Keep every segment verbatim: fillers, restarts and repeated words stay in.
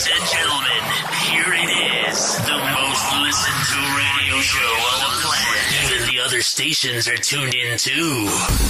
Ladies and gentlemen, here it is, the most listened to radio show on the planet. Even the other stations are tuned in too.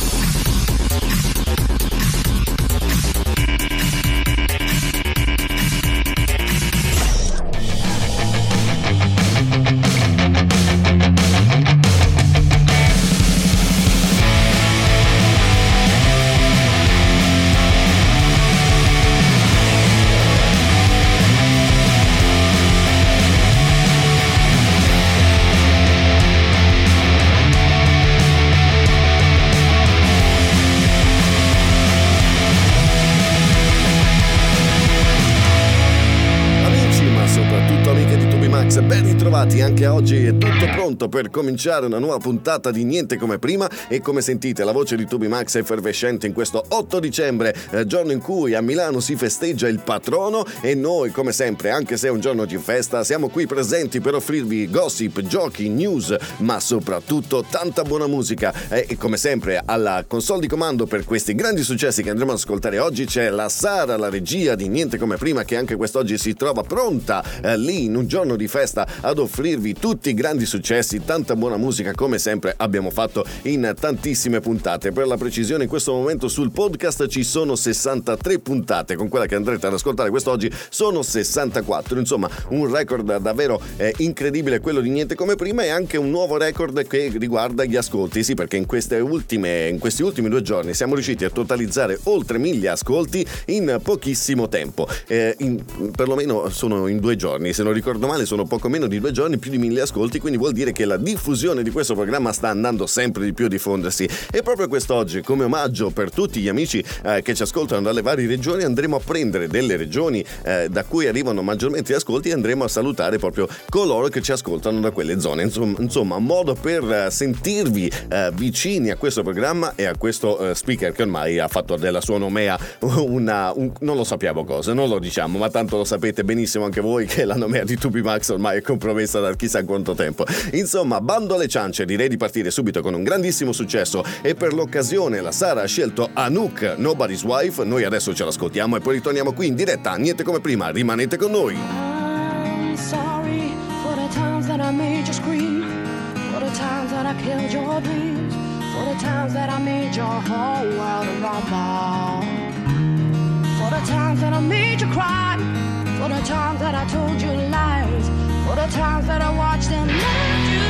Ben ritrovati, anche oggi è tutto pronto per cominciare una nuova puntata di Niente Come Prima e come sentite la voce di Tubi Max è effervescente in questo otto dicembre, eh, giorno in cui a Milano si festeggia il patrono e noi come sempre, anche se è un giorno di festa, siamo qui presenti per offrirvi gossip, giochi, news, ma soprattutto tanta buona musica e, e come sempre alla console di comando per questi grandi successi che andremo ad ascoltare oggi c'è la Sara, la regia di Niente Come Prima, che anche quest'oggi si trova pronta eh, lì in un giorno di festa ad offrirvi tutti i grandi successi, tanta buona musica come sempre abbiamo fatto in tantissime puntate. Per la precisione in questo momento sul podcast ci sono sessantatré puntate, con quella che andrete ad ascoltare quest'oggi sono sessantaquattro, insomma un record davvero eh, incredibile quello di Niente Come Prima e anche un nuovo record che riguarda gli ascolti, sì, perché in queste ultime in questi ultimi due giorni siamo riusciti a totalizzare oltre mille ascolti in pochissimo tempo, eh, in, perlomeno sono in due giorni, se non ricordo male sono poco meno di due giorni, più di mille ascolti, quindi vuol dire che la diffusione di questo programma sta andando sempre di più a diffondersi e proprio quest'oggi, come omaggio per tutti gli amici eh, che ci ascoltano dalle varie regioni, andremo a prendere delle regioni eh, da cui arrivano maggiormente gli ascolti e andremo a salutare proprio coloro che ci ascoltano da quelle zone, insomma, insomma un modo per sentirvi eh, vicini a questo programma e a questo eh, speaker che ormai ha fatto della sua nomea una, un, non lo sappiamo cosa, non lo diciamo, ma tanto lo sapete benissimo anche voi che la nomea di Tubi Max ormai è compromessa da chissà quanto tempo. Insomma, bando alle ciance, direi di partire subito con un grandissimo successo e per l'occasione la Sara ha scelto Anouk, Nobody's Wife. Noi adesso ce l'ascoltiamo e poi ritorniamo qui in diretta a Niente Come Prima, rimanete con noi. I'm sorry for the times that I made you scream, for the times that I killed your dreams, for the times that I made your whole world rumble, for the times that I made you cry, for the times that I told you lies, for the times that I watched and let you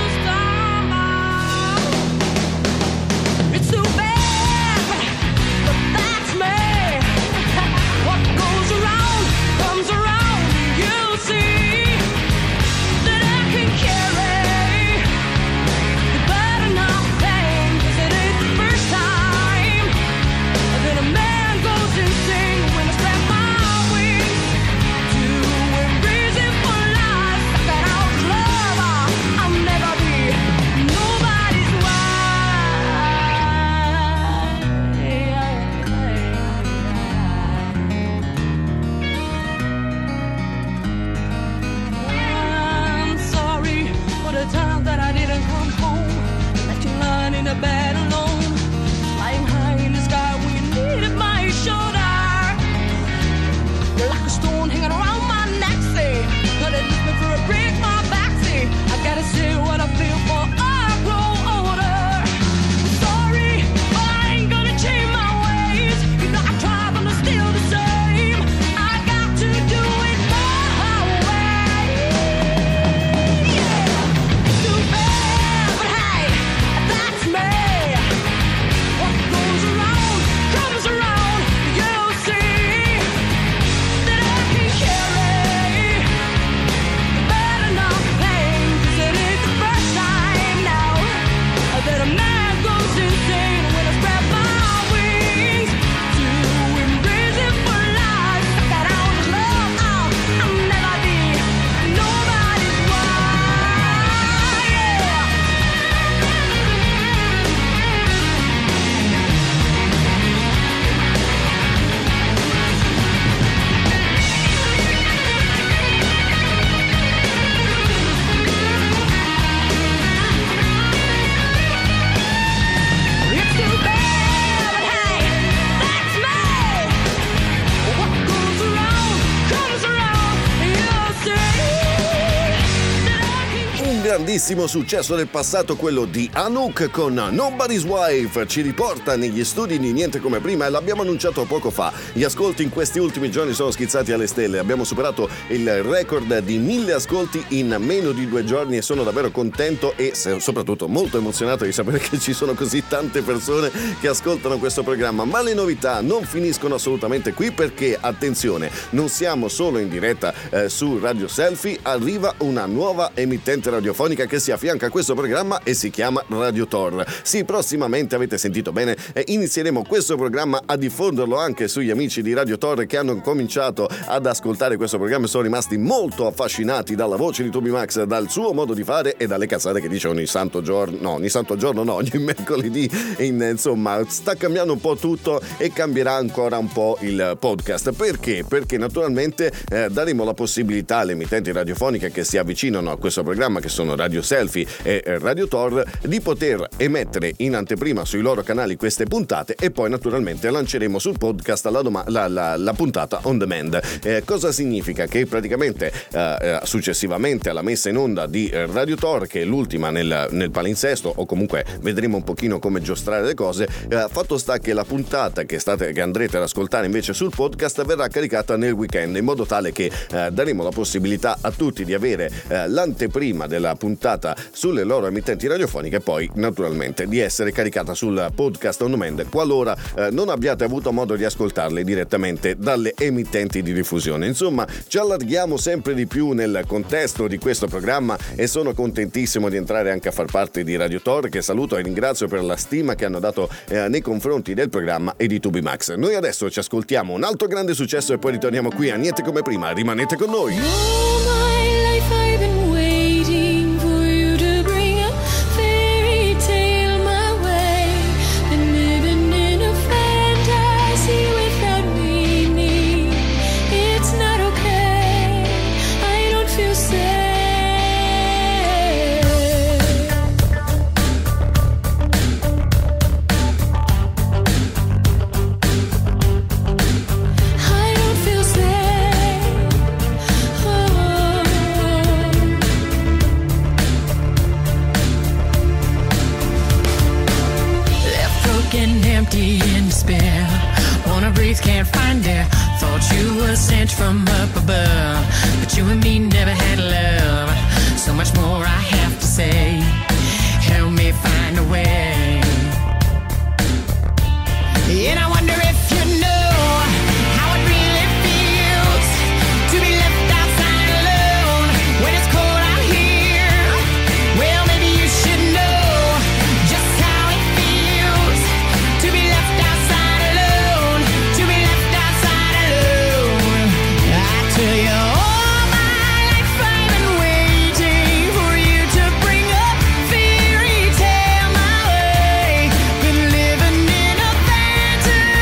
stumble. It's too bad, but that's me. What goes around comes around. You see that I can carry the burden of pain, 'cause it ain't the first time that a man goes insane when I strap my wings to embrace it for life. That out love, I'll never be nobody's I'm sorry for the time that I didn't come home, left you lying in the bed alone, flying high in the sky when you needed my shoulder, like a stone hanging around my neck, say, gonna lift me for a break my back, say, I gotta say what I feel for I grow older. Sorry, but I ain't gonna change my ways, you know I try but I'm still the same, I got to do it my way, yeah, too bad, but hey, that's me, what goes around, comes around, you'll see that I can carry grandissimo successo del passato, quello di Anouk con Nobody's Wife, ci riporta negli studi di Niente Come Prima e l'abbiamo annunciato poco fa. Gli ascolti in questi ultimi giorni sono schizzati alle stelle, abbiamo superato il record di mille ascolti in meno di due giorni e sono davvero contento e soprattutto molto emozionato di sapere che ci sono così tante persone che ascoltano questo programma. Ma le novità non finiscono assolutamente qui, perché attenzione, non siamo solo in diretta eh, su Radio Selfie, arriva una nuova emittente radiofonica che si affianca a questo programma e si chiama Radio Tor. Sì, prossimamente, avete sentito bene, eh, inizieremo questo programma a diffonderlo anche sugli amici di Radio Tor che hanno cominciato ad ascoltare questo programma e sono rimasti molto affascinati dalla voce di Toby Max, dal suo modo di fare e dalle cazzate che dice ogni santo giorno, no, ogni santo giorno no, ogni mercoledì, in, insomma, sta cambiando un po' tutto e cambierà ancora un po' il podcast. Perché? Perché naturalmente eh, daremo la possibilità alle emittenti radiofoniche che si avvicinano a questo programma, che sono Radio Selfie e eh, Radio Tor, di poter emettere in anteprima sui loro canali queste puntate e poi naturalmente lanceremo sul podcast la, doma- la, la, la puntata on demand. Eh, cosa significa? Che praticamente eh, successivamente alla messa in onda di eh, Radio Tor, che è l'ultima nel, nel palinsesto, o comunque vedremo un pochino come giostrare le cose, eh, fatto sta che la puntata che, state, che andrete ad ascoltare invece sul podcast verrà caricata nel weekend, in modo tale che eh, daremo la possibilità a tutti di avere eh, l'anteprima della puntata sulle loro emittenti radiofoniche e poi naturalmente di essere caricata sul podcast on demand qualora eh, non abbiate avuto modo di ascoltarle direttamente dalle emittenti di diffusione. Insomma, ci allarghiamo sempre di più nel contesto di questo programma e sono contentissimo di entrare anche a far parte di Radio Tor, che saluto e ringrazio per la stima che hanno dato eh, nei confronti del programma e di Toby Max. Noi adesso ci ascoltiamo un altro grande successo e poi ritorniamo qui a Niente Come Prima. Rimanete con noi. Empty in despair, wanna breathe, can't find air. Thought you were sent from up above, but you and me never had love. So much more I have to say, help me find a way. And I wonder if you know how it really feels to be left outside alone when it's cold out here. Well, maybe you should know just how it feels to be left outside alone, to be left outside alone. I tell you, all my life I've been waiting for you to bring a fairy tale my way. Been living in a fantasy.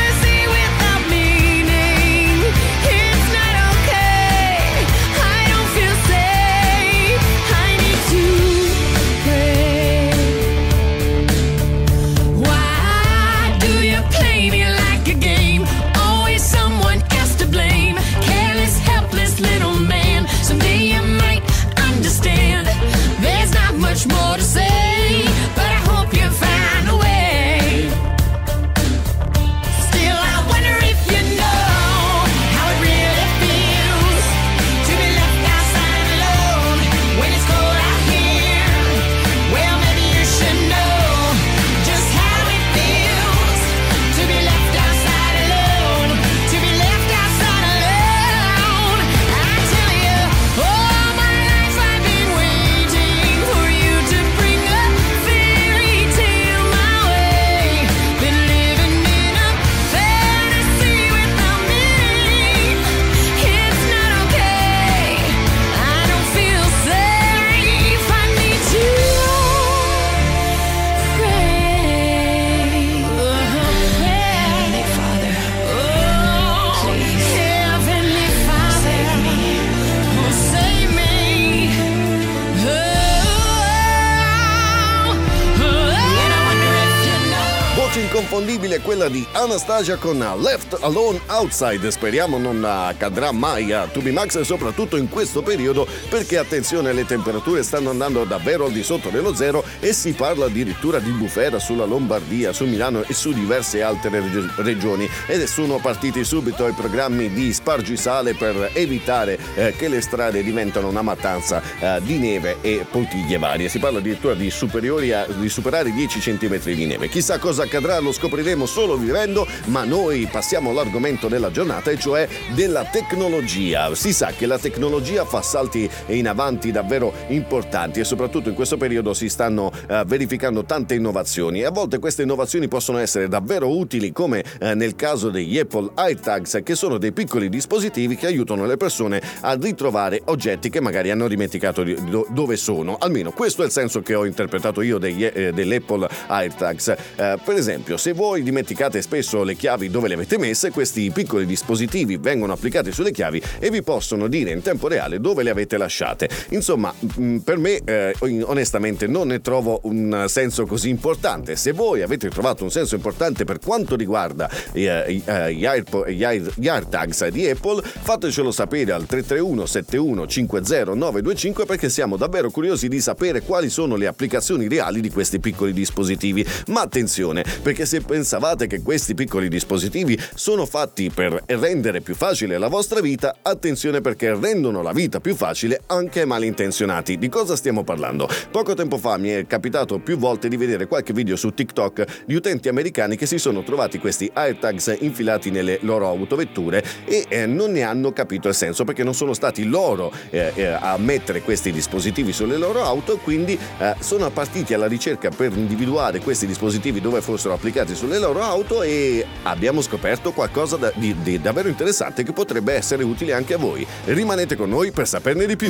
inconfondibile è quella di Anastasia con Left Alone Outside. Speriamo non accadrà mai a Tubi Max, soprattutto in questo periodo, perché attenzione, le temperature stanno andando davvero al di sotto dello zero e si parla addirittura di bufera sulla Lombardia, su Milano e su diverse altre reg- regioni ed sono partiti subito i programmi di spargisale per evitare eh, che le strade diventano una mattanza eh, di neve e poltiglie varie. Si parla addirittura di superiori a, di superare i dieci centimetri di neve. Chissà cosa accadrà, lo scopriremo solo vivendo, ma noi passiamo all'argomento della giornata, e cioè della tecnologia. Si sa che la tecnologia fa salti in avanti davvero importanti e soprattutto in questo periodo si stanno uh, verificando tante innovazioni e a volte queste innovazioni possono essere davvero utili, come uh, nel caso degli Apple AirTags, che sono dei piccoli dispositivi che aiutano le persone a ritrovare oggetti che magari hanno dimenticato di, do, dove sono. Almeno questo è il senso che ho interpretato io degli, eh, dell'Apple AirTags. Uh, per esempio, se voi dimenticate spesso le chiavi dove le avete messe, questi piccoli dispositivi vengono applicati sulle chiavi e vi possono dire in tempo reale dove le avete lasciate. Insomma, mh, per me eh, onestamente non ne trovo un senso così importante. Se voi avete trovato un senso importante per quanto riguarda eh, gli, Airpo, gli, Air, gli AirTags di Apple, fatecelo sapere al tre tre uno sette uno cinque zero nove due cinque, perché siamo davvero curiosi di sapere quali sono le applicazioni reali di questi piccoli dispositivi. Ma attenzione, perché se pensavate che questi piccoli dispositivi sono fatti per rendere più facile la vostra vita, attenzione, perché rendono la vita più facile anche ai malintenzionati. Di cosa stiamo parlando? Poco tempo fa mi è capitato più volte di vedere qualche video su TikTok di utenti americani che si sono trovati questi AirTags infilati nelle loro autovetture e eh, non ne hanno capito il senso, perché non sono stati loro eh, eh, a mettere questi dispositivi sulle loro auto, quindi eh, sono partiti alla ricerca per individuare questi dispositivi dove fossero applicati sulle loro auto e abbiamo scoperto qualcosa da, di, di davvero interessante che potrebbe essere utile anche a voi. Rimanete con noi per saperne di più.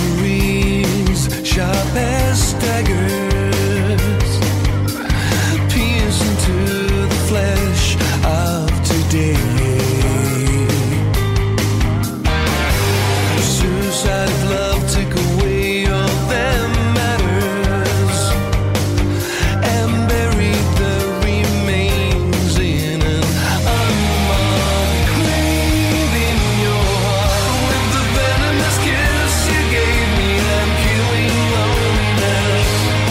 Memories sharp as daggers pierce into the flesh of today. Suicide of love, take away all that matters and bury the remains in an unmarked grave in your heart. With the venomous kiss you gave me, I'm killing loneliness.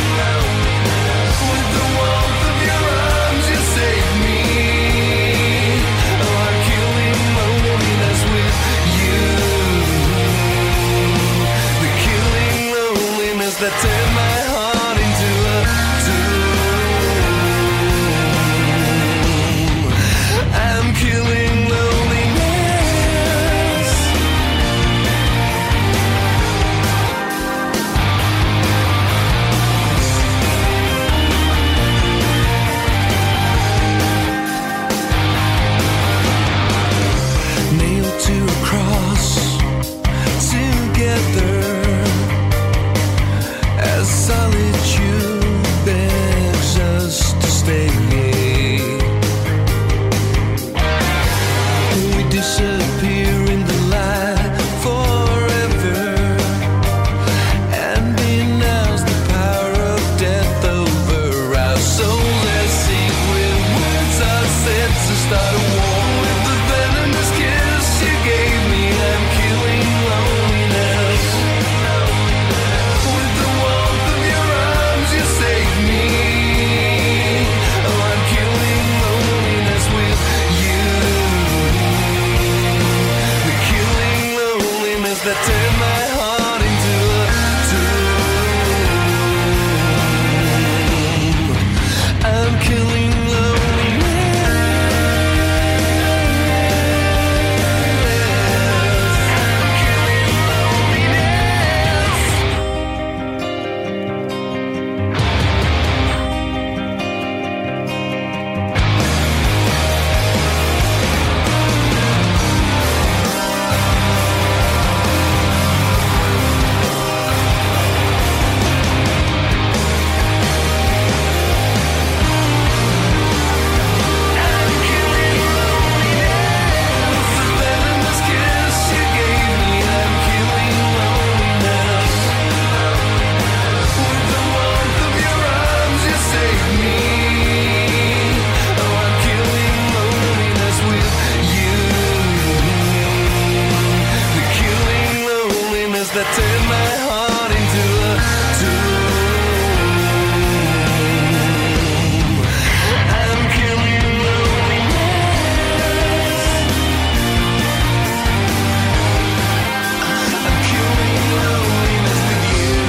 With the warmth of your arms you saved me. Oh, I'm killing loneliness with you. The killing loneliness that turned my heart into a tomb. I'm killing loneliness. Nailed to a cross together as solitude begs us to stay. We disappear in the light forever, and denounce the power of death over our souls as sing with words are said to start a war. With the venomous kiss you gave me, I'm killing loneliness. With the warmth of your arms you saved me. Oh, I'm killing loneliness with you. The killing loneliness that turned my heart into a tomb. I'm killing loneliness. I turn my heart into a tomb. I'm killing loneliness. I'm killing loneliness with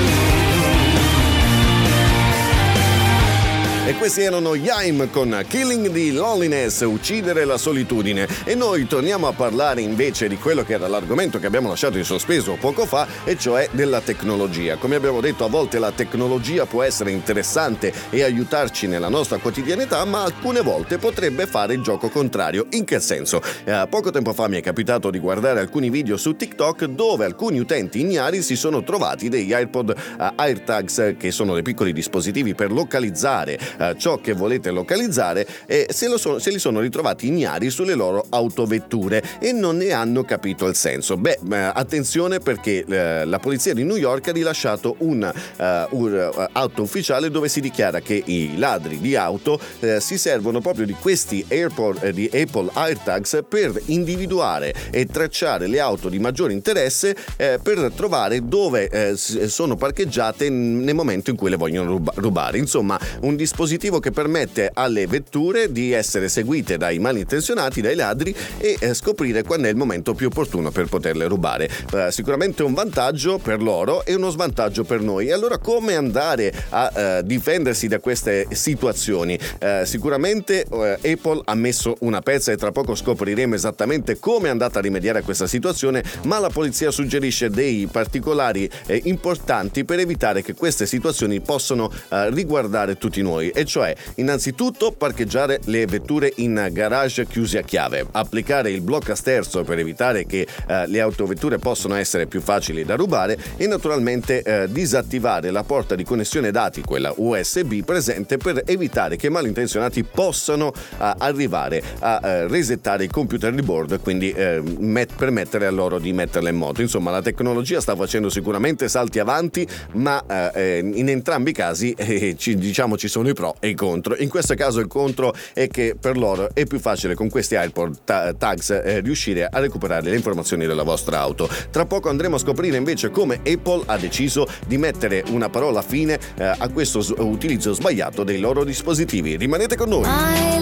you. E questi erano Yaim con Killing the Loneliness, uccidere la solitudine. E noi torniamo a parlare invece di quello che era l'argomento che abbiamo lasciato in sospeso poco fa, e cioè della tecnologia. Come abbiamo detto, a volte la tecnologia può essere interessante e aiutarci nella nostra quotidianità, ma alcune volte potrebbe fare il gioco contrario. In che senso? Eh, poco tempo fa mi è capitato di guardare alcuni video su TikTok dove alcuni utenti ignari si sono trovati degli AirPod uh, AirTags, che sono dei piccoli dispositivi per localizzare uh, ciò che volete localizzare, e se, lo so, se li sono ritrovati ignari sulle loro autovetture e non ne hanno capito il senso. Beh, uh, attenzione, perché uh, la polizia di New York ha rilasciato un, uh, un uh, atto ufficiale dove si dichiara che i ladri di auto uh, si servono proprio di questi AirPod, uh, di Apple AirTags per individuare e tracciare le auto di maggiore interesse, uh, per trovare dove uh, sono parcheggiate nel momento in cui le vogliono ruba- rubare. Insomma, un dispositivo che permette alle vetture di essere seguite dai malintenzionati, dai ladri, e eh, scoprire quando è il momento più opportuno per poterle rubare. Eh, sicuramente un vantaggio per loro e uno svantaggio per noi. E allora come andare a eh, difendersi da queste situazioni? Eh, sicuramente eh, Apple ha messo una pezza e tra poco scopriremo esattamente come è andata a rimediare a questa situazione, ma la polizia suggerisce dei particolari eh, importanti per evitare che queste situazioni possano eh, riguardare tutti noi, e cioè innanzitutto parcheggiare le vetture in garage chiusi a chiave, applicare il blocca sterzo per evitare che eh, le autovetture possano essere più facili da rubare, e naturalmente eh, disattivare la porta di connessione dati, quella U S B presente, per evitare che malintenzionati possano eh, arrivare a eh, resettare il computer di bordo e quindi eh, met- permettere a loro di metterla in moto. Insomma, la tecnologia sta facendo sicuramente salti avanti, ma eh, in entrambi i casi eh, ci, diciamo ci sono i pro e i contro. In questo caso il contro è che per loro è più facile con questi AirPod ta- tags eh, riuscire a recuperare le informazioni della vostra auto. Tra poco andremo a scoprire invece come Apple ha deciso di mettere una parola fine eh, a questo s- utilizzo sbagliato dei loro dispositivi. Rimanete con noi. My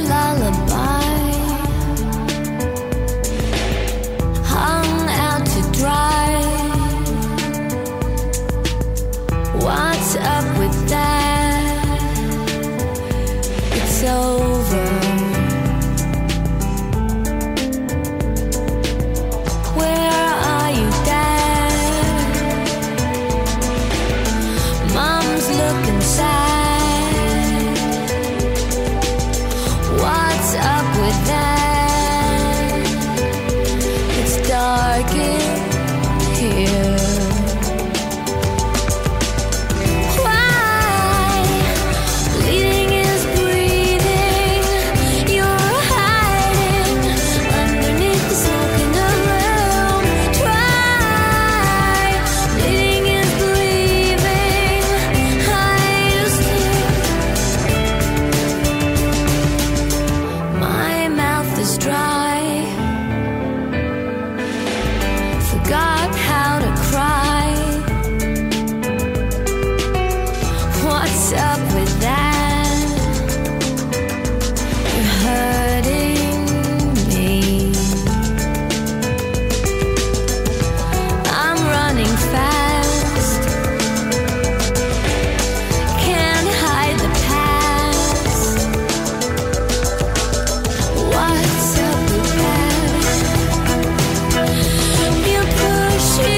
lullaby hung out to dry. What's up with that? It's over. Where are you, Dad? Mom's looking sad. What's up with that? It's dark in here. Why? Bleeding is breathing. You're hiding underneath the smoke in the room. Try. Bleeding is breathing. I used to. My mouth is dry. Forgot how to cry. What's up with that? You're hurting me. I'm running fast. Can't hide the past. What's up with that? You're pushing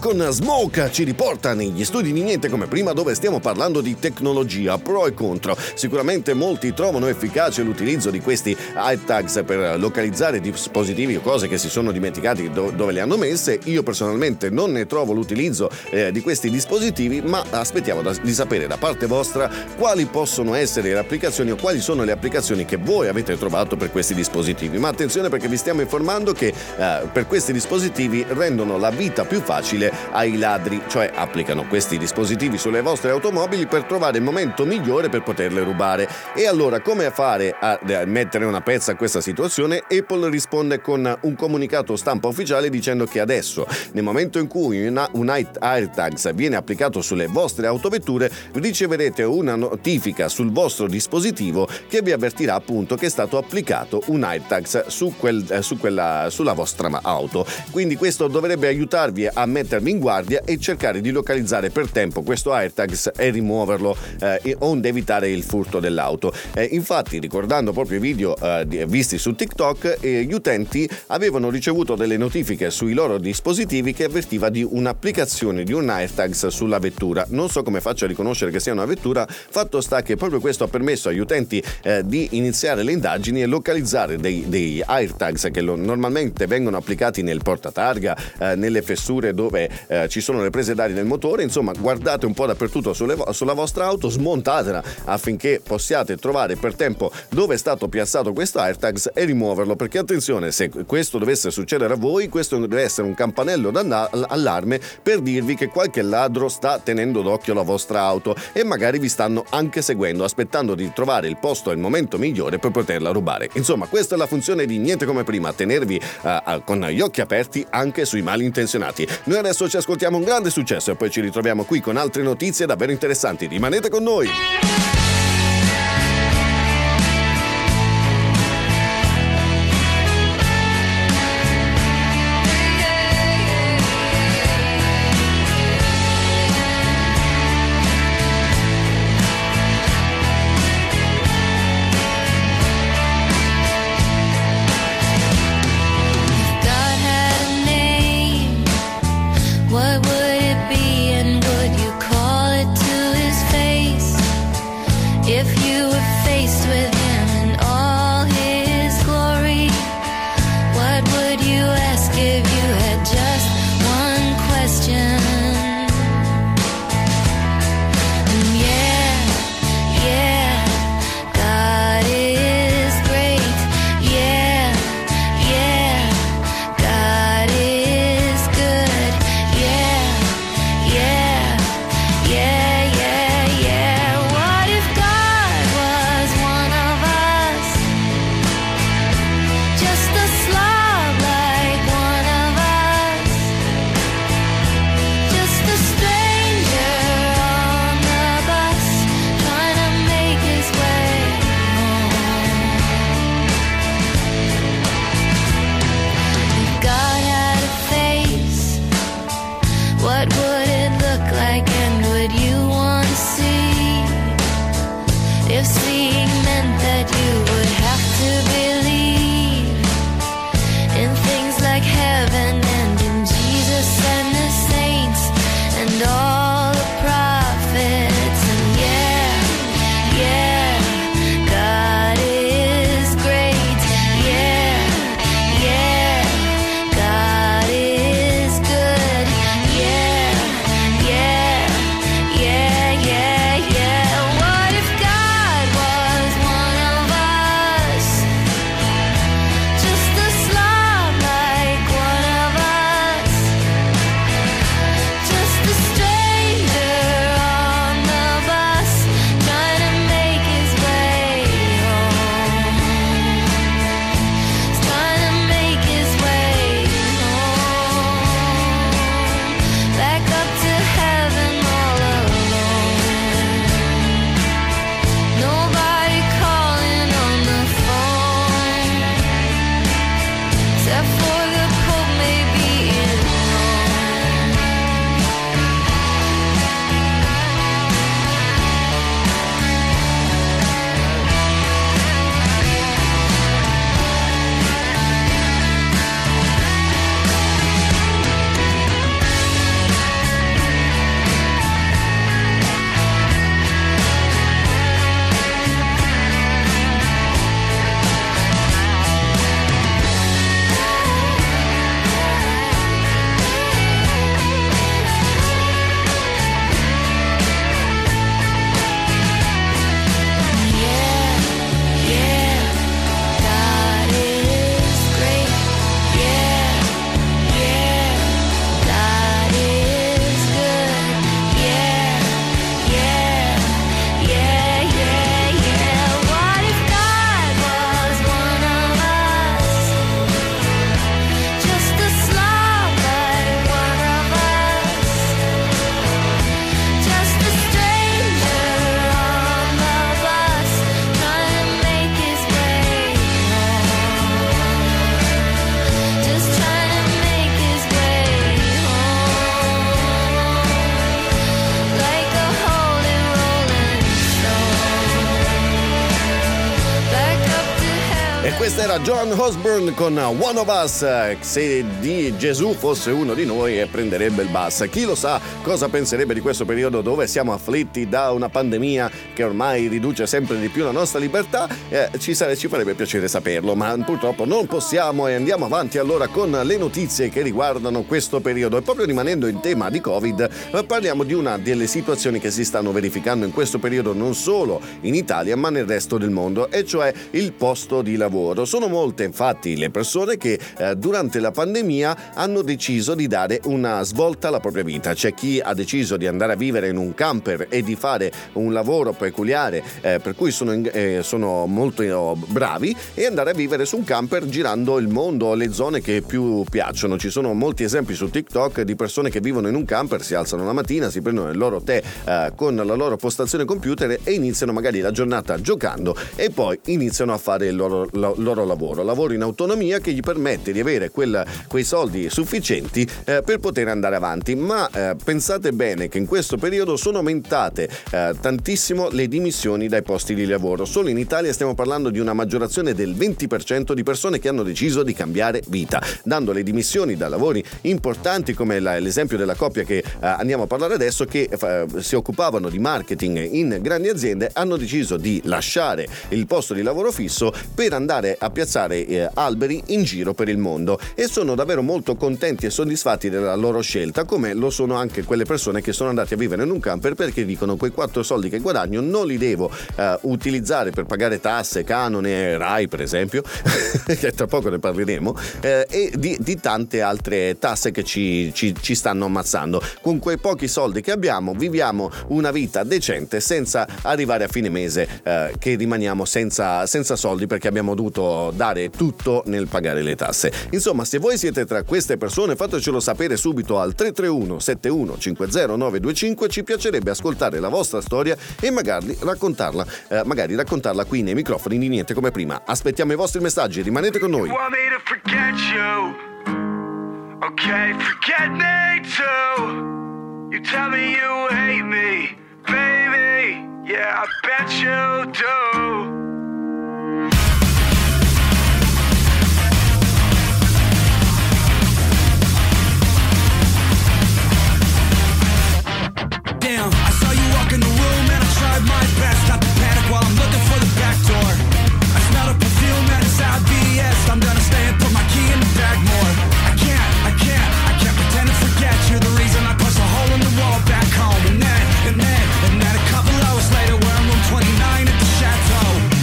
con Smoke ci riporta negli studi di Niente Come Prima, dove stiamo parlando di tecnologia, pro e contro. Sicuramente molti trovano efficace l'utilizzo di questi AirTags per localizzare dispositivi o cose che si sono dimenticati do- dove le hanno messe. Io personalmente non ne trovo l'utilizzo eh, di questi dispositivi, ma aspettiamo da- di sapere da parte vostra quali possono essere le applicazioni o quali sono le applicazioni che voi avete trovato per questi dispositivi. Ma attenzione, perché vi stiamo informando che eh, per questi dispositivi rendono la vita più facile ai ladri, cioè applicano questi dispositivi sulle vostre automobili per trovare il momento migliore per poterle rubare. E allora, come fare a, a mettere una pezza a questa situazione? Apple risponde con un comunicato stampa ufficiale dicendo che adesso, nel momento in cui una, un AirTags viene applicato sulle vostre autovetture, riceverete una notifica sul vostro dispositivo che vi avvertirà appunto che è stato applicato un AirTags su quel, eh, su quella, sulla vostra auto. Quindi questo dovrebbe aiutarvi a mettervi in guardia e cercare di localizzare per tempo questo AirTags e rimuoverlo, eh, onde evitare il furto dell'auto. Eh, infatti, ricordando proprio i video eh, visti su TikTok, eh, gli utenti avevano ricevuto delle notifiche sui loro dispositivi che avvertiva di un'applicazione di un AirTags sulla vettura. Non so come faccio a riconoscere che sia una vettura, fatto sta che proprio questo ha permesso agli utenti eh, di iniziare le indagini e localizzare dei, dei AirTags che lo, normalmente vengono applicati nel portatarga, eh, nelle fessure dove eh, ci sono le prese d'aria del motore. Insomma, guardate un po' dappertutto sulle, sulla vostra auto, smontatela affinché possiate trovare per tempo dove è stato piazzato questo AirTags e rimuoverlo, perché attenzione, se questo dovesse succedere a voi, questo deve essere un campanello d'allarme per dirvi che qualche ladro sta tenendo d'occhio la vostra auto e magari vi stanno anche seguendo, aspettando di trovare il posto e il momento migliore per poterla rubare. Insomma, questa è la funzione di Niente Come Prima, tenervi uh, con gli occhi aperti anche sui malintenzionati. Noi adesso ci ascoltiamo un grande successo e poi ci ritroviamo qui con altre notizie davvero interessanti. Rimanete con noi! God had a name. What would it be, and would you call it to his face? E questa era John Osborne con One of Us. Se di Gesù fosse uno di noi e prenderebbe il bass. Chi lo sa cosa penserebbe di questo periodo dove siamo afflitti da una pandemia che ormai riduce sempre di più la nostra libertà. Eh, ci, sare- ci farebbe piacere saperlo, ma purtroppo non possiamo, e andiamo avanti allora con le notizie che riguardano questo periodo. E proprio rimanendo in tema di Covid, eh, parliamo di una delle situazioni che si stanno verificando in questo periodo non solo in Italia ma nel resto del mondo, e cioè il posto di lavoro. Sono molte infatti le persone che eh, durante la pandemia hanno deciso di dare una svolta alla propria vita. C'è chi ha deciso di andare a vivere in un camper e di fare un lavoro peculiare eh, per cui sono, in, eh, sono molto eh, bravi, e andare a vivere su un camper girando il mondo, le zone che più piacciono. Ci sono molti esempi su TikTok di persone che vivono in un camper, si alzano la mattina, si prendono il loro tè eh, con la loro postazione computer e iniziano magari la giornata giocando, e poi iniziano a fare il loro lo, loro lavoro, lavoro in autonomia che gli permette di avere quel, quei soldi sufficienti eh, per poter andare avanti. Ma eh, pensate bene che in questo periodo sono aumentate eh, tantissimo le dimissioni dai posti di lavoro. Solo in Italia stiamo parlando di una maggiorazione del venti per cento di persone che hanno deciso di cambiare vita, dando le dimissioni da lavori importanti come la, l'esempio della coppia che eh, andiamo a parlare adesso, che eh, si occupavano di marketing in grandi aziende, hanno deciso di lasciare il posto di lavoro fisso per andare a piazzare eh, alberi in giro per il mondo, e sono davvero molto contenti e soddisfatti della loro scelta, come lo sono anche quelle persone che sono andate a vivere in un camper perché dicono: quei quattro soldi che guadagno non li devo eh, utilizzare per pagare tasse, canone, Rai per esempio che tra poco ne parleremo, eh, e di, di tante altre tasse che ci, ci, ci stanno ammazzando. Con quei pochi soldi che abbiamo viviamo una vita decente senza arrivare a fine mese eh, che rimaniamo senza, senza soldi perché abbiamo dovuto dare tutto nel pagare le tasse. Insomma, se voi siete tra queste persone, fatecelo sapere subito al tre tre uno sette uno cinque zero nove due cinque. Ci piacerebbe ascoltare la vostra storia e magari raccontarla eh, magari raccontarla qui nei microfoni di Niente Come Prima. Aspettiamo i vostri messaggi, rimanete con noi. Want me to forget you? Okay, forget me too. You tell me you hate me, baby. Yeah, I bet you do. Damn, I saw you walk in the room and I tried my best not to panic while I'm looking for the back door. I smell the perfume and it's out B S. I'm gonna stay and put my key in the bag more. I can't, I can't, I can't pretend to forget. You're the reason I punched a hole in the wall back home. And then, and then, and then a couple hours later we're in room twenty-nine at the Chateau.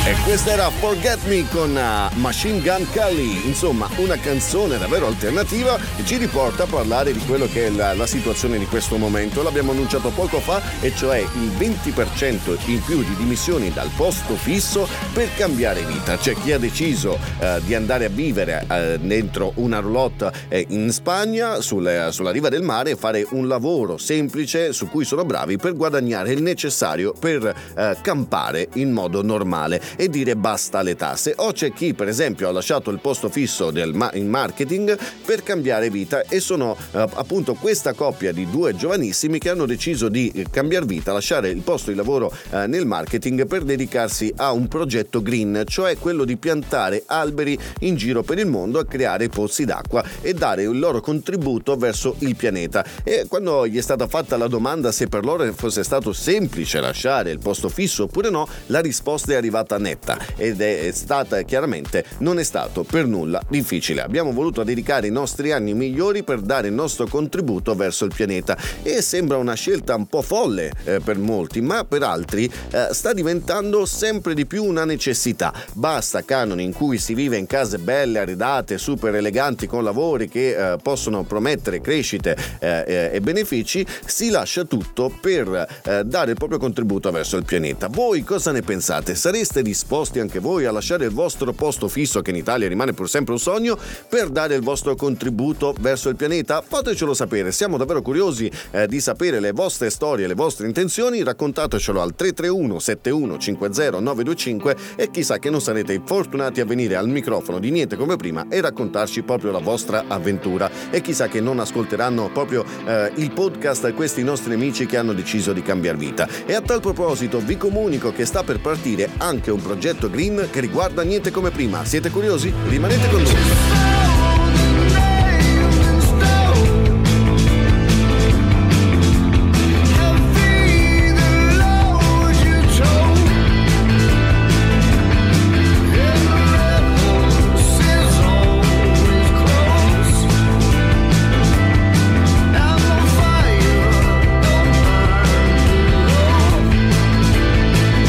E questa era Forget Me con uh, Machine Gun Kelly, insomma una canzone davvero alternativa che ci riporta a parlare di quello che è la, la situazione di questo momento. L'abbiamo annunciato poco fa, e cioè il venti per cento in più di dimissioni dal posto fisso per cambiare vita. C'è chi ha deciso uh, di andare a vivere uh, dentro una roulotte uh, in Spagna, sul, sulla riva del mare, e fare un lavoro semplice su cui sono bravi per guadagnare il necessario per uh, campare in modo normale e dire basta alle tasse. O c'è chi per esempio ha lasciato il posto fisso del ma- in marketing per cambiare vita, e sono eh, appunto questa coppia di due giovanissimi che hanno deciso di eh, cambiare vita, lasciare il posto di lavoro eh, nel marketing per dedicarsi a un progetto green, cioè quello di piantare alberi in giro per il mondo, a creare pozzi d'acqua e dare il loro contributo verso il pianeta. E quando gli è stata fatta la domanda se per loro fosse stato semplice lasciare il posto fisso oppure no, la risposta è arrivata netta, ed è stata chiaramente: non è stato per nulla difficile. Abbiamo voluto dedicare i nostri anni migliori per dare il nostro contributo verso il pianeta. E sembra una scelta un po' folle eh, per molti, ma per altri eh, sta diventando sempre di più una necessità. Basta canoni in cui si vive in case belle, arredate, super eleganti, con lavori che eh, possono promettere crescite eh, eh, e benefici, si lascia tutto per eh, dare il proprio contributo verso il pianeta. Voi cosa ne pensate? Sareste disposti anche voi a lasciare il vostro posto fisso, che in Italia rimane pur sempre un sogno, per dare il vostro contributo verso il pianeta? Fatecelo sapere, siamo davvero curiosi eh, di sapere le vostre storie, le vostre intenzioni. Raccontatecelo al tre tre uno sette uno cinque zero nove due cinque, e chissà che non sarete fortunati a venire al microfono di Niente Come Prima e raccontarci proprio la vostra avventura, e chissà che non ascolteranno proprio eh, il podcast questi nostri amici che hanno deciso di cambiare vita. E a tal proposito vi comunico che sta per partire anche un progetto green che riguarda Niente Come Prima. Siete curiosi? Rimanete con noi.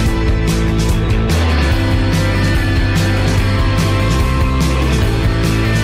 Thank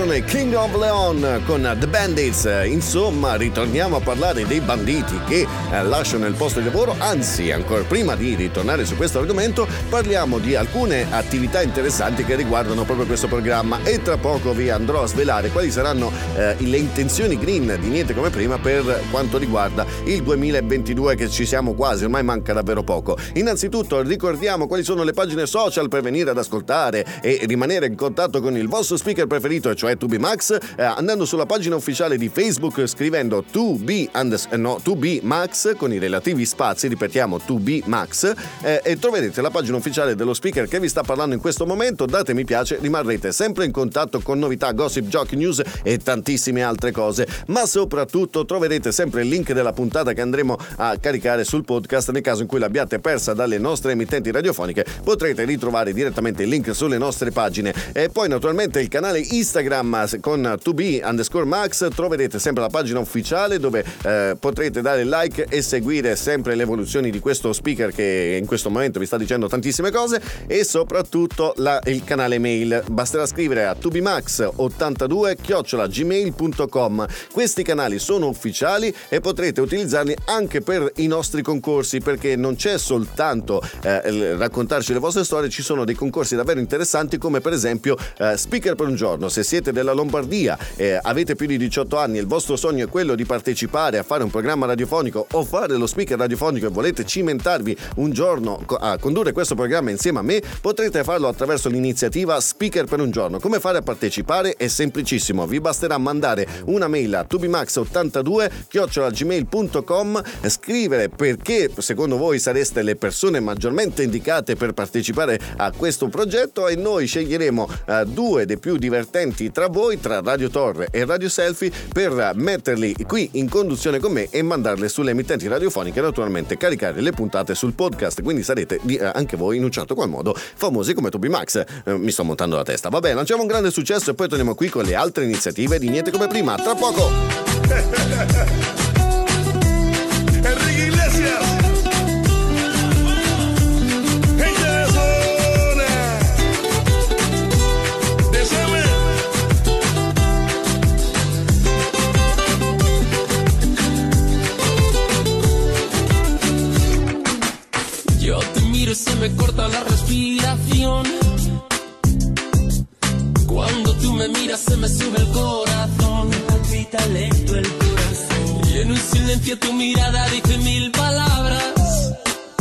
erano i King of Leon con The Bandits. Insomma, ritorniamo a parlare dei banditi che eh, lasciano il posto di lavoro. Anzi, ancora prima di ritornare su questo argomento, parliamo di alcune attività interessanti che riguardano proprio questo programma, e tra poco vi andrò a svelare quali saranno eh, le intenzioni green di Niente Come Prima per quanto riguarda il duemilaventidue, che ci siamo quasi, ormai manca davvero poco. Innanzitutto ricordiamo quali sono le pagine social per venire ad ascoltare e rimanere in contatto con il vostro speaker preferito, cioè due B Max, eh, andando sulla pagina ufficiale di Facebook scrivendo due B andes- no, due B Max con i relativi spazi, ripetiamo due B Max, eh, e troverete la pagina ufficiale dello speaker che vi sta parlando in questo momento. Date mi piace, rimarrete sempre in contatto con novità, gossip, giochi, news e tantissime altre cose, ma soprattutto troverete sempre il link della puntata che andremo a caricare sul podcast. Nel caso in cui l'abbiate persa dalle nostre emittenti radiofoniche, potrete ritrovare direttamente il link sulle nostre pagine. E poi naturalmente il canale Instagram con due B underscore Max, troverete sempre la pagina ufficiale dove eh, potrete dare like e seguire sempre le evoluzioni di questo speaker che in questo momento vi sta dicendo tantissime cose, e soprattutto la, il canale mail. Basterà scrivere a due b max ottantadue chiocciola gmail punto com. Questi canali sono ufficiali e potrete utilizzarli anche per i nostri concorsi, perché non c'è soltanto eh, raccontarci le vostre storie, ci sono dei concorsi davvero interessanti, come per esempio eh, Speaker per un giorno. Se siete della Lombardia, eh, avete più di diciotto anni e il vostro sogno è quello di partecipare a fare un programma radiofonico o fare lo speaker radiofonico e volete cimentarvi un giorno a condurre questo programma insieme a me, potrete farlo attraverso l'iniziativa Speaker per un giorno. Come fare a partecipare? È semplicissimo, vi basterà mandare una mail a due b max ottantadue chiocciola gmail punto com, scrivere perché secondo voi sareste le persone maggiormente indicate per partecipare a questo progetto, e noi sceglieremo uh, due dei più divertenti tra voi, tra Radio Torre e Radio Selfie, per metterli qui in conduzione con me e mandarle sulle emittenti radiofoniche, e naturalmente caricare le puntate sul podcast, quindi sarete uh, anche voi in un certo qual modo famosi come due B Max. Uh, mi sto montando la testa. Vabbè, lanciamo un grande successo e poi torniamo qui con le altre iniziative di Niente Come Prima. Tra poco! Enrique Iglesias. Gente de zona. Déjame. Yo te miro y se me corta la respiración. Cuando tú me miras se me sube el corazón. Me palpita lento el corazón. Y en un silencio tu mirada dice mil palabras.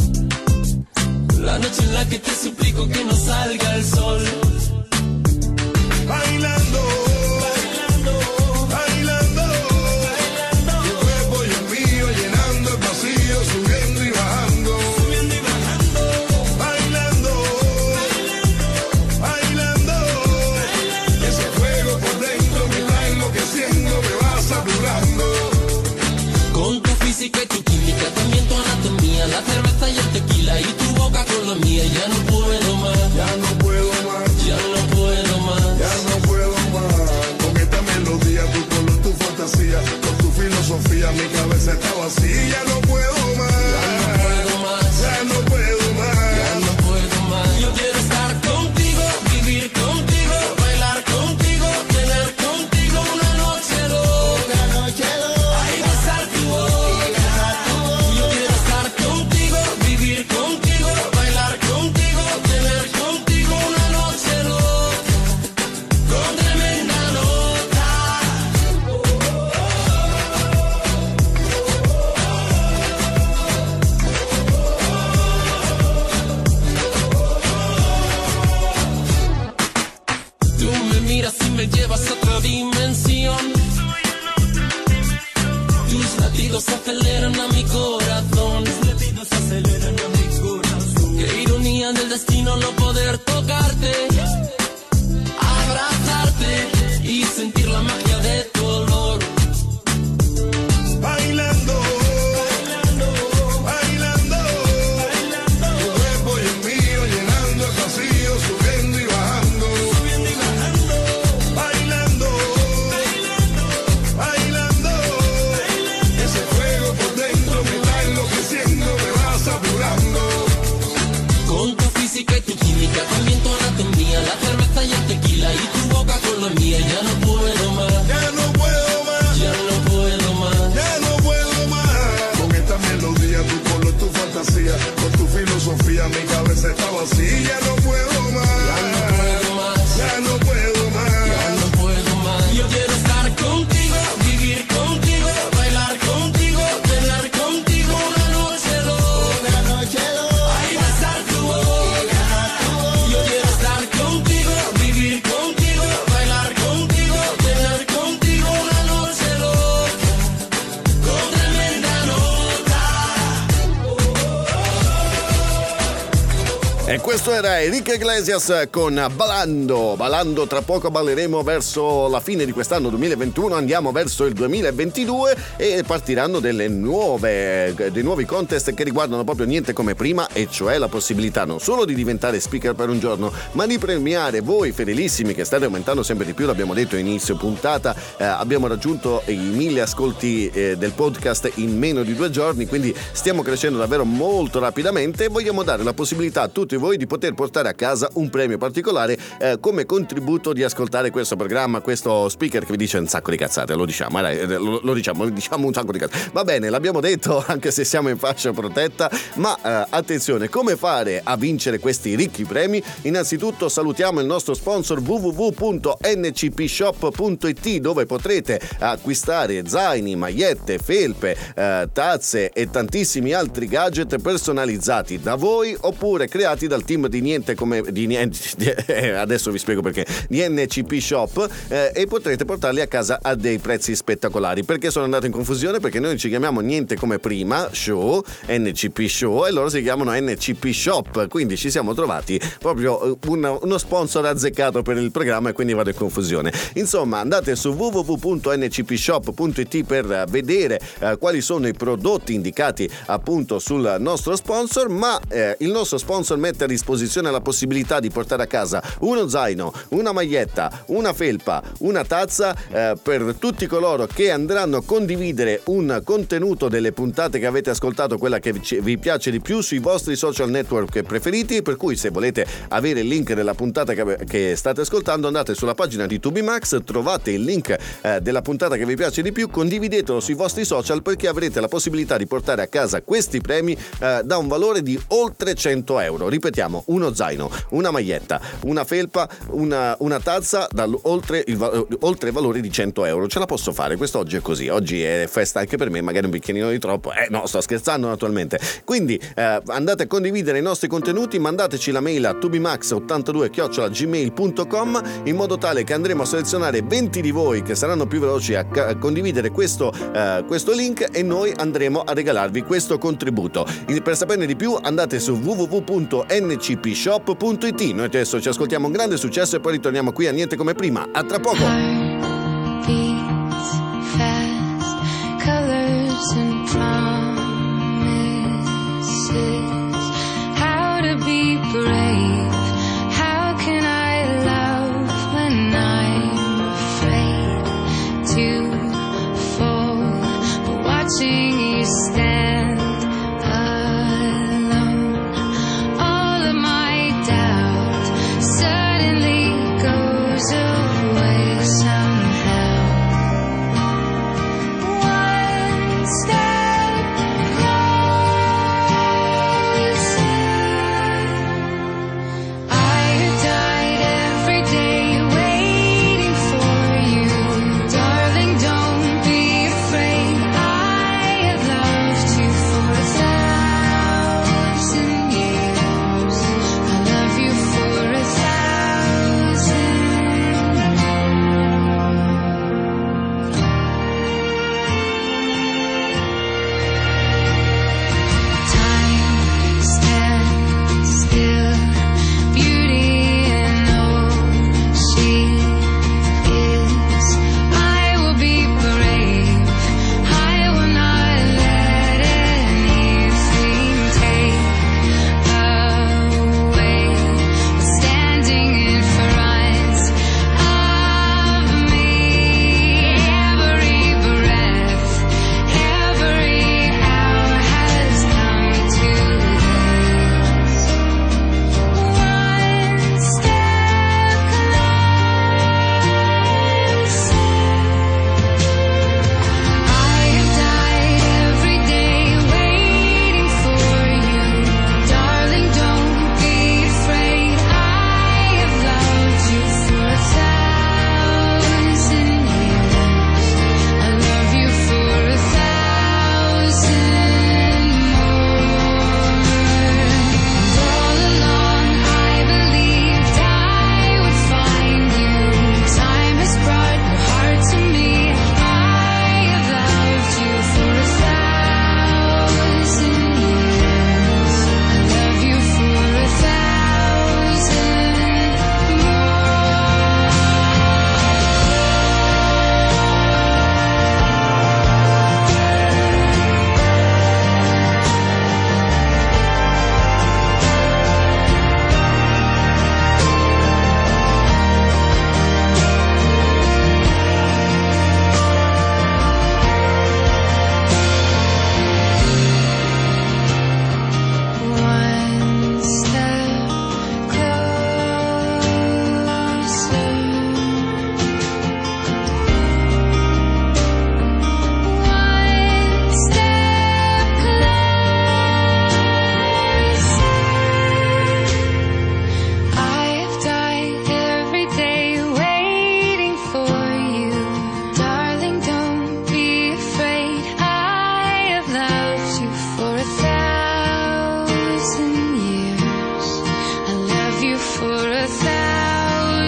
La noche en la que te suplico que no salga el sol. Bailando. Bailando. Bailando. Bailando. Tu cuerpo y el mío llenando el vacío, subiendo y bajando. Subiendo y bajando. Bailando. Bailando. Bailando. Bailando. Ese fuego por dentro me está enloqueciendo, me va saturando. Con tu física y tu química, también tu anatomía, la cerveza y el tequila y tu boca con la mía. Ya no puedo más, Ya no puedo más, ya no puedo más. ya no puedo más. Con esta melodía, tu color, tu fantasía, con tu filosofía, mi cabeza está vacía. Ya no puedo más, Ya no puedo más, ya no puedo más. ya no puedo más. Yo quiero estar contigo, vivir contigo, bailar contigo, tener contigo una noche loca. Ay, besar tu boca. Yo quiero estar contigo, vivir contigo, bailar contigo, tener contigo una noche loca. Con tremenda nota. Tú me miras y me llevas a otra dimensión. Tus latidos aceleran a mi corazón. Tus latidos aceleran a mi corazón. Qué ironía del destino no poder tocarte, abrazarte y sentir la magia de tu olor. Bailando, bailando, bailando, bailando. Tu cuerpo y el mío llenando el vacío, subiendo y bajando, subiendo y bajando. Bailando, bailando, bailando, bailando. Ese fuego por dentro me está enloqueciendo, me va saturando. Con tu física y tu química, también tu anatomía, Questo era Enrique Iglesias con Ballando. Ballando, tra poco balleremo verso la fine di quest'anno duemilaventuno, andiamo verso il duemilaventidue e partiranno delle nuove, dei nuovi contest che riguardano proprio niente come prima, e cioè la possibilità non solo di diventare speaker per un giorno, ma di premiare voi fedelissimi che state aumentando sempre di più. L'abbiamo detto inizio puntata, eh, abbiamo raggiunto i mille ascolti eh, del podcast in meno di due giorni, quindi stiamo crescendo davvero molto rapidamente e vogliamo dare la possibilità a tutti voi di poter portare a casa un premio particolare eh, come contributo di ascoltare questo programma, questo speaker che vi dice un sacco di cazzate, lo diciamo, eh, lo, lo diciamo, diciamo un sacco di cazzate. Va bene, l'abbiamo detto anche se siamo in fascia protetta, ma eh, attenzione, come fare a vincere questi ricchi premi? Innanzitutto salutiamo il nostro sponsor w w w punto n c p shop punto i t, dove potrete acquistare zaini, magliette, felpe, eh, tazze e tantissimi altri gadget personalizzati da voi oppure creati dal team di niente come di niente eh, adesso vi spiego perché di N C P Shop eh, e potrete portarli a casa a dei prezzi spettacolari. Perché sono andato in confusione? Perché noi ci chiamiamo niente come prima show, N C P Show, e loro si chiamano N C P Shop, quindi ci siamo trovati proprio una, uno sponsor azzeccato per il programma e quindi vado in confusione. Insomma, andate su w w w punto n c p shop punto i t per vedere eh, quali sono i prodotti indicati appunto sul nostro sponsor, ma eh, il nostro sponsor mette a disposizione la possibilità di portare a casa uno zaino, una maglietta, una felpa, una tazza eh, per tutti coloro che andranno a condividere un contenuto delle puntate che avete ascoltato, quella che vi piace di più, sui vostri social network preferiti. Per cui se volete avere il link della puntata che, che state ascoltando, andate sulla pagina di Tubi Max, trovate il link eh, della puntata che vi piace di più, condividetelo sui vostri social perché avrete la possibilità di portare a casa questi premi eh, da un valore di oltre cento euro. Ripetiamo, uno zaino, una maglietta, una felpa, una, una tazza da oltre il, oltre il valore di cento euro. Ce la posso fare, quest'oggi è così, oggi è festa anche per me, magari un bicchierino di troppo, eh no, sto scherzando naturalmente. Quindi eh, andate a condividere i nostri contenuti, mandateci la mail a tubimax ottantadue chiocciola gmail punto com in modo tale che andremo a selezionare venti di voi che saranno più veloci a, a condividere questo, eh, questo link e noi andremo a regalarvi questo contributo. Per saperne di più andate su w w w punto n c p shop punto i t. Noi adesso ci ascoltiamo un grande successo e poi ritorniamo qui a niente come prima. A tra poco. Beats fast, colors and promises. How to be brave? How can I love when I'm afraid to fall? But watching you stand alone, all of my doubt suddenly goes away.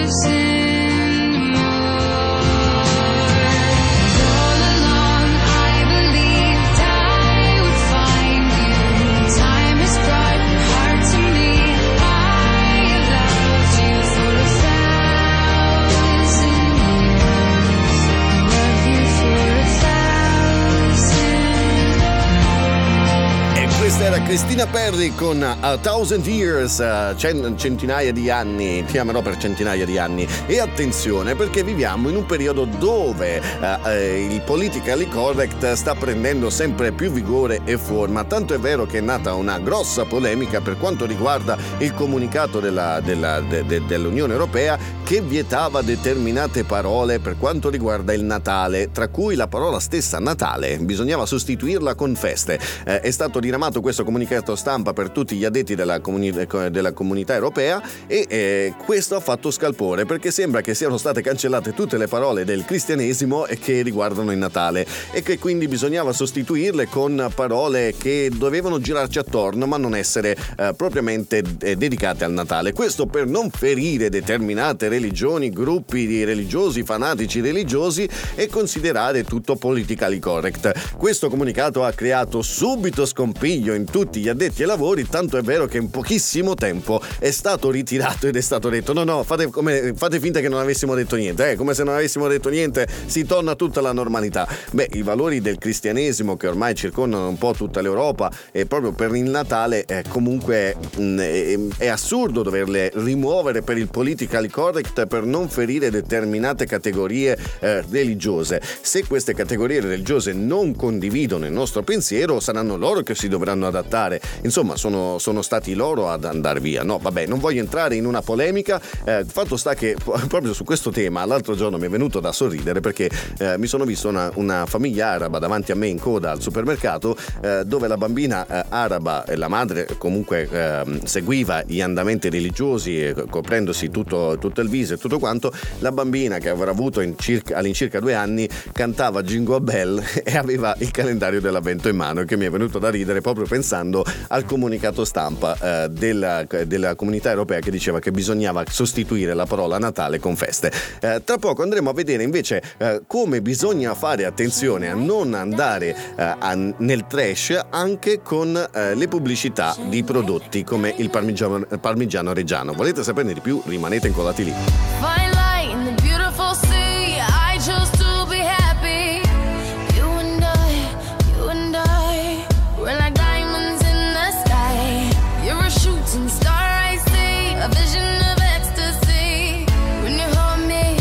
Christina Perri con A Thousand Years, centinaia di anni, chiamerò per centinaia di anni. E attenzione, perché viviamo in un periodo dove eh, il politically correct sta prendendo sempre più vigore e forma. Tanto è vero che è nata una grossa polemica per quanto riguarda il comunicato della, della, de, de, dell'Unione Europea che vietava determinate parole per quanto riguarda il Natale, tra cui la parola stessa Natale bisognava sostituirla con feste. Eh, è stato diramato questo comunicato stampa per tutti gli addetti della, comuni- della comunità europea e eh, questo ha fatto scalpore, perché sembra che siano state cancellate tutte le parole del cristianesimo e che riguardano il Natale e che quindi bisognava sostituirle con parole che dovevano girarci attorno ma non essere eh, propriamente eh, dedicate al Natale. Questo per non ferire determinate religioni, gruppi di religiosi, fanatici religiosi e considerare tutto politically correct. Questo comunicato ha creato subito scompiglio in tutti gli addetti ai lavori, tanto è vero che in pochissimo tempo è stato ritirato ed è stato detto no no fate, come, fate finta che non avessimo detto niente, eh, come se non avessimo detto niente, si torna a tutta la normalità. Beh, i valori del cristianesimo che ormai circondano un po' tutta l'Europa e proprio per il Natale eh, comunque mh, è, è assurdo doverle rimuovere per il politically correct per non ferire determinate categorie eh, religiose. Se queste categorie religiose non condividono il nostro pensiero, saranno loro che si dovranno adattare. Insomma, sono, sono stati loro ad andare via. No, vabbè, non voglio entrare in una polemica. Eh, fatto sta che proprio su questo tema l'altro giorno mi è venuto da sorridere perché eh, mi sono visto una, una famiglia araba davanti a me in coda al supermercato eh, dove la bambina eh, araba e la madre comunque eh, seguiva gli andamenti religiosi eh, coprendosi tutto, tutto il viso e tutto quanto. La bambina, che avrà avuto in circa, all'incirca due anni, cantava Jingle Bell e aveva il calendario dell'avvento in mano, che mi è venuto da ridere proprio pensando al comunicato stampa eh, della, della comunità europea che diceva che bisognava sostituire la parola Natale con feste. Eh, tra poco andremo a vedere invece eh, come bisogna fare attenzione a non andare eh, a, nel trash anche con eh, le pubblicità di prodotti come il parmigiano, parmigiano reggiano. Volete saperne di più? Rimanete incollati lì. Fine light in the beautiful sea. I chose to be happy. You and I, you and I, we're like diamonds in the sky. You're a shooting star, I see, a vision of ecstasy. When you hold me,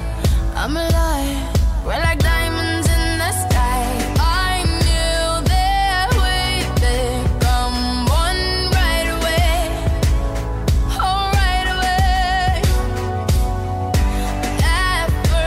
I'm alive. We're like diamonds in the sky. I knew that we'd become one right away. Oh, right away. At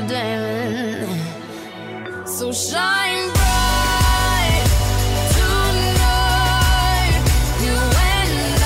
a diamond. So shine bright tonight, you and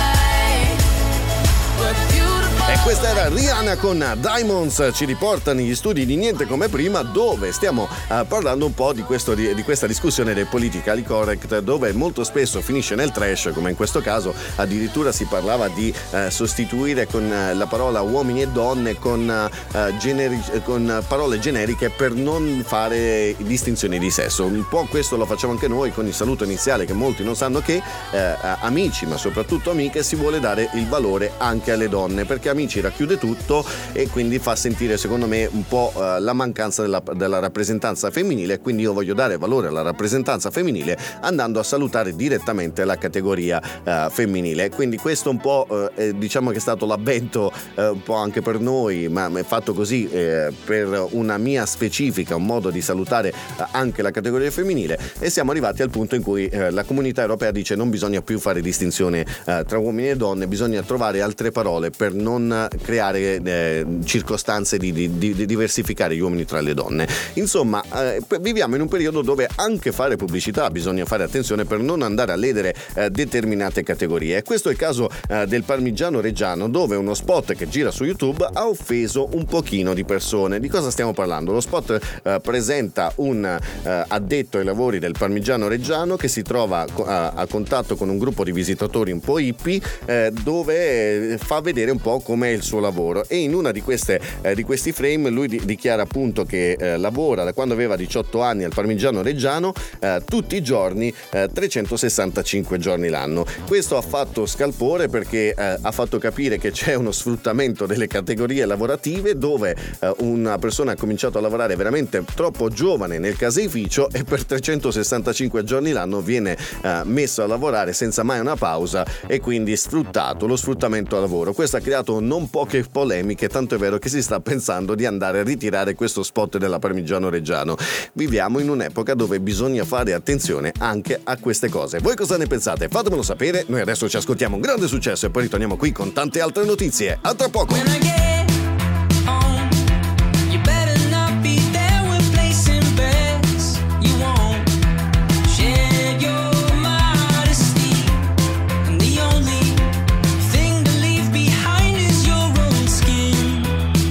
I. We're beautiful. E questa era Rihanna con Diamonds, ci riporta negli studi di Niente Come Prima, dove stiamo uh, parlando un po' di, questo, di, di questa discussione del politically correct, dove molto spesso finisce nel trash, come in questo caso. Addirittura si parlava di uh, sostituire con uh, la parola uomini e donne con, uh, generi- con parole generiche per non fare distinzioni di sesso. Un po' questo lo facciamo anche noi con il saluto iniziale, che molti non sanno che uh, amici, ma soprattutto amiche, si vuole dare il valore anche alle donne, perché amici racchiude tutto e quindi fa sentire, secondo me, un po' uh, la mancanza della, della rappresentanza femminile. Quindi io voglio dare valore alla rappresentanza femminile andando a salutare direttamente la categoria uh, femminile. Quindi questo un po' uh, eh, diciamo che è stato l'avvento uh, un po' anche per noi, ma è fatto così eh, per una mia specifica, un modo di salutare uh, anche la categoria femminile. E siamo arrivati al punto in cui uh, la comunità europea dice non bisogna più fare distinzione uh, tra uomini e donne, bisogna trovare altre parole per non creare eh, circostanze di, di, di diversificare gli uomini tra le donne. Insomma, eh, viviamo in un periodo dove anche fare pubblicità bisogna fare attenzione per non andare a ledere eh, determinate categorie. E questo è il caso eh, del Parmigiano Reggiano, dove uno spot che gira su YouTube ha offeso un pochino di persone. Di cosa stiamo parlando? Lo spot eh, presenta un eh, addetto ai lavori del Parmigiano Reggiano che si trova a, a contatto con un gruppo di visitatori un po' hippie, eh, dove fa vedere un po' come è il suo lavoro. E in una di queste eh, di questi frame lui di, dichiara appunto che eh, lavora da quando aveva diciotto anni al Parmigiano Reggiano, eh, tutti i giorni, eh, trecentosessantacinque giorni l'anno. Questo ha fatto scalpore perché eh, ha fatto capire che c'è uno sfruttamento delle categorie lavorative, dove eh, una persona ha cominciato a lavorare veramente troppo giovane nel caseificio e per trecentosessantacinque giorni l'anno viene eh, messo a lavorare senza mai una pausa e quindi sfruttato, lo sfruttamento a lavoro. Questo ha creato non poche polemiche, tanto è vero che si sta pensando di andare a ritirare questo spot della Parmigiano Reggiano. Viviamo in un'epoca dove bisogna fare attenzione anche a queste cose. Voi cosa ne pensate? Fatemelo sapere. Noi adesso ci ascoltiamo un grande successo e poi ritorniamo qui con tante altre notizie. A tra poco! When I get home, you better not be there when placing bets. You won't share your modesty, and the only thing to leave behind is your own skin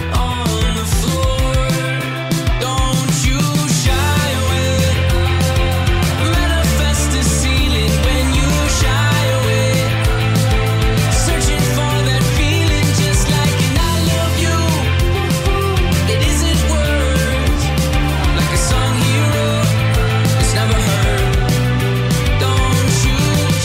on the floor. Don't you shy away, manifest to seal it when you shy away, searching for that feeling just like an I love you. It isn't words, like a song he wrote, it's never heard. Don't you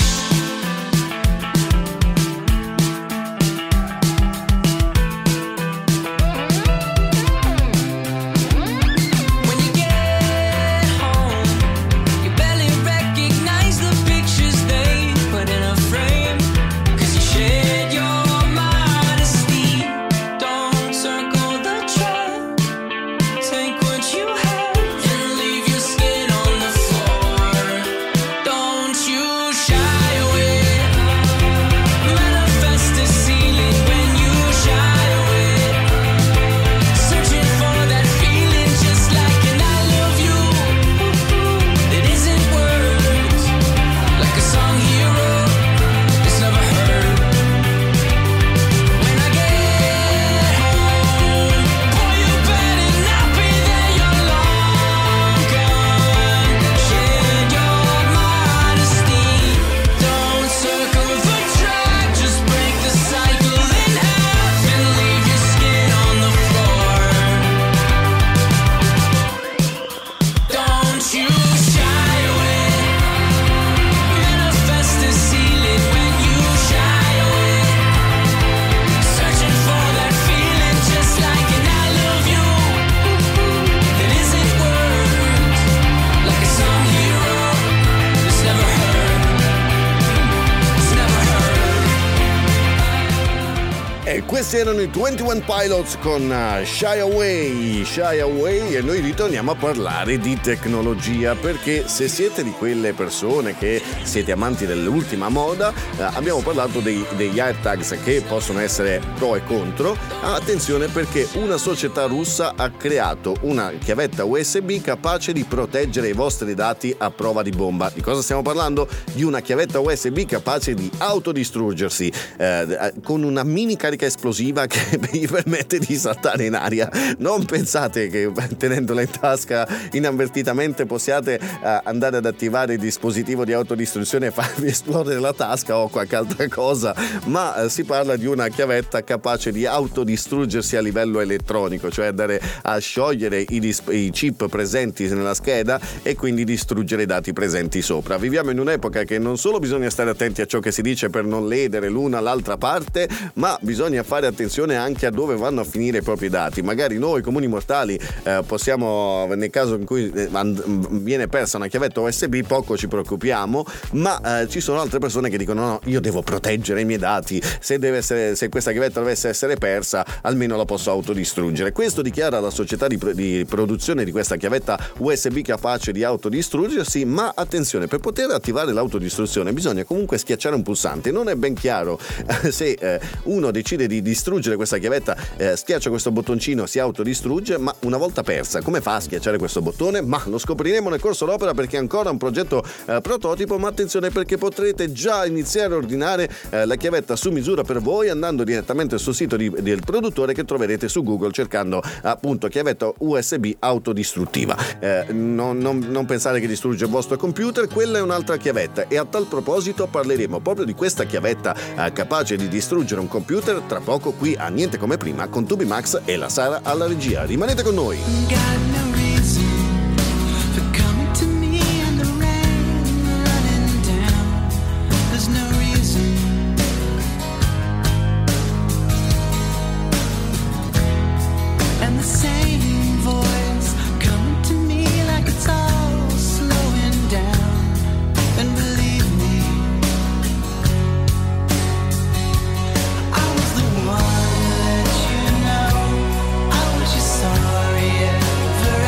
When you get home, you barely recognize the pictures they put in a frame, 'cause you shared your modesty. Don't circle the track, take what you have and leave your skin on the floor. Don't you shy away, manifest to seal it when you shy away, searching for that feeling just like an I love you. It isn't words, like a song he wrote, it's never heard. When I get home, boy, you better not be there, you're long gone. Shed your modesty, don't circle the track, just break the cycle in half and leave your skin on the floor. Don't you shy away, manifest to seal it when you shy away, searching for that feeling just like an I love you. It isn't words, like a song he wrote, it's never heard, it's never heard. E Questi erano i ventuno Pilots con uh, Shy Away, Shy Away e noi ritorniamo a parlare di tecnologia, perché se siete di quelle persone che siete amanti dell'ultima moda, uh, abbiamo parlato dei, degli AirTags che possono essere pro e contro. Attenzione, perché una società russa ha creato una chiavetta U S B capace di proteggere i vostri dati a prova di bomba. Di cosa stiamo parlando? Di una chiavetta U S B capace di autodistruggersi eh, con una mini carica esplosiva che gli permette di saltare in aria. Non pensate che tenendola in tasca inavvertitamente possiate eh, andare ad attivare il dispositivo di autodistruzione e farvi esplodere la tasca o qualche altra cosa, ma eh, si parla di una chiavetta capace di autodistruggersi a livello elettronico, cioè andare a sciogliere i, dis- i chip presenti nella scheda e quindi distruggere i dati presenti sopra. Viviamo in un'epoca che non solo bisogna stare attenti a ciò che si dice per non ledere l'una l'altra parte, ma bisogna fare attenzione anche a dove vanno a finire i propri dati. Magari noi comuni mortali eh, possiamo, nel caso in cui eh, viene persa una chiavetta U S B, poco ci preoccupiamo, ma eh, ci sono altre persone che dicono no, io devo proteggere i miei dati, se, deve essere, se questa chiavetta dovesse essere persa almeno la posso autodistruggere. Questo dichiara la società di, di produzione di questa chiavetta U S B capace di autodistruggersi, ma attenzione, per poter attivare l'autodistruzione bisogna comunque schiacciare un pulsante. Non è ben chiaro eh, se eh, uno decide di distruggere questa chiavetta, eh, schiaccia questo bottoncino, si autodistrugge, ma una volta persa come fa a schiacciare questo bottone? Ma lo scopriremo nel corso d'opera, perché è ancora un progetto eh, prototipo, ma attenzione perché potrete già iniziare a ordinare eh, la chiavetta su misura per voi andando direttamente sul sito di, del produttore, che troverete su Google cercando appunto chiavetta U S B autodistruttiva. Eh, non, non, non pensare che distrugge il vostro computer, quella è un'altra chiavetta, e a tal proposito parleremo proprio di questa chiavetta eh, capace di distruggere un computer tra poco qui a Niente Come Prima con Tubi Max e la Sara alla regia. Rimanete con noi. Sorry, yeah.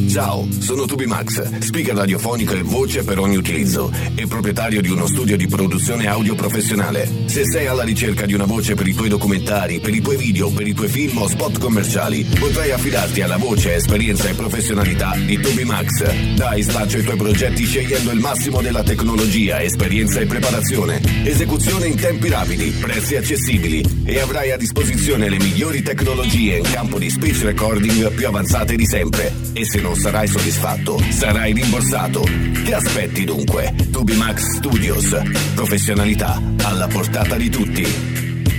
Ciao, sono TubiMax, speaker radiofonico e voce per ogni utilizzo e proprietario di uno studio di produzione audio professionale. Se sei alla ricerca di una voce per i tuoi documentari, per i tuoi video, per i tuoi film o spot commerciali, potrai affidarti alla voce, esperienza e professionalità di TubiMax. Dai slancio ai tuoi progetti scegliendo il massimo della tecnologia, esperienza e preparazione. Esecuzione in tempi rapidi, prezzi accessibili e avrai a disposizione le migliori tecnologie in campo di speech recording più avanzate di sempre. E se non sarai soddisfatto, sarai rimborsato. Che aspetti dunque? TubiMax Studios. Professionalità alla portata di tutti.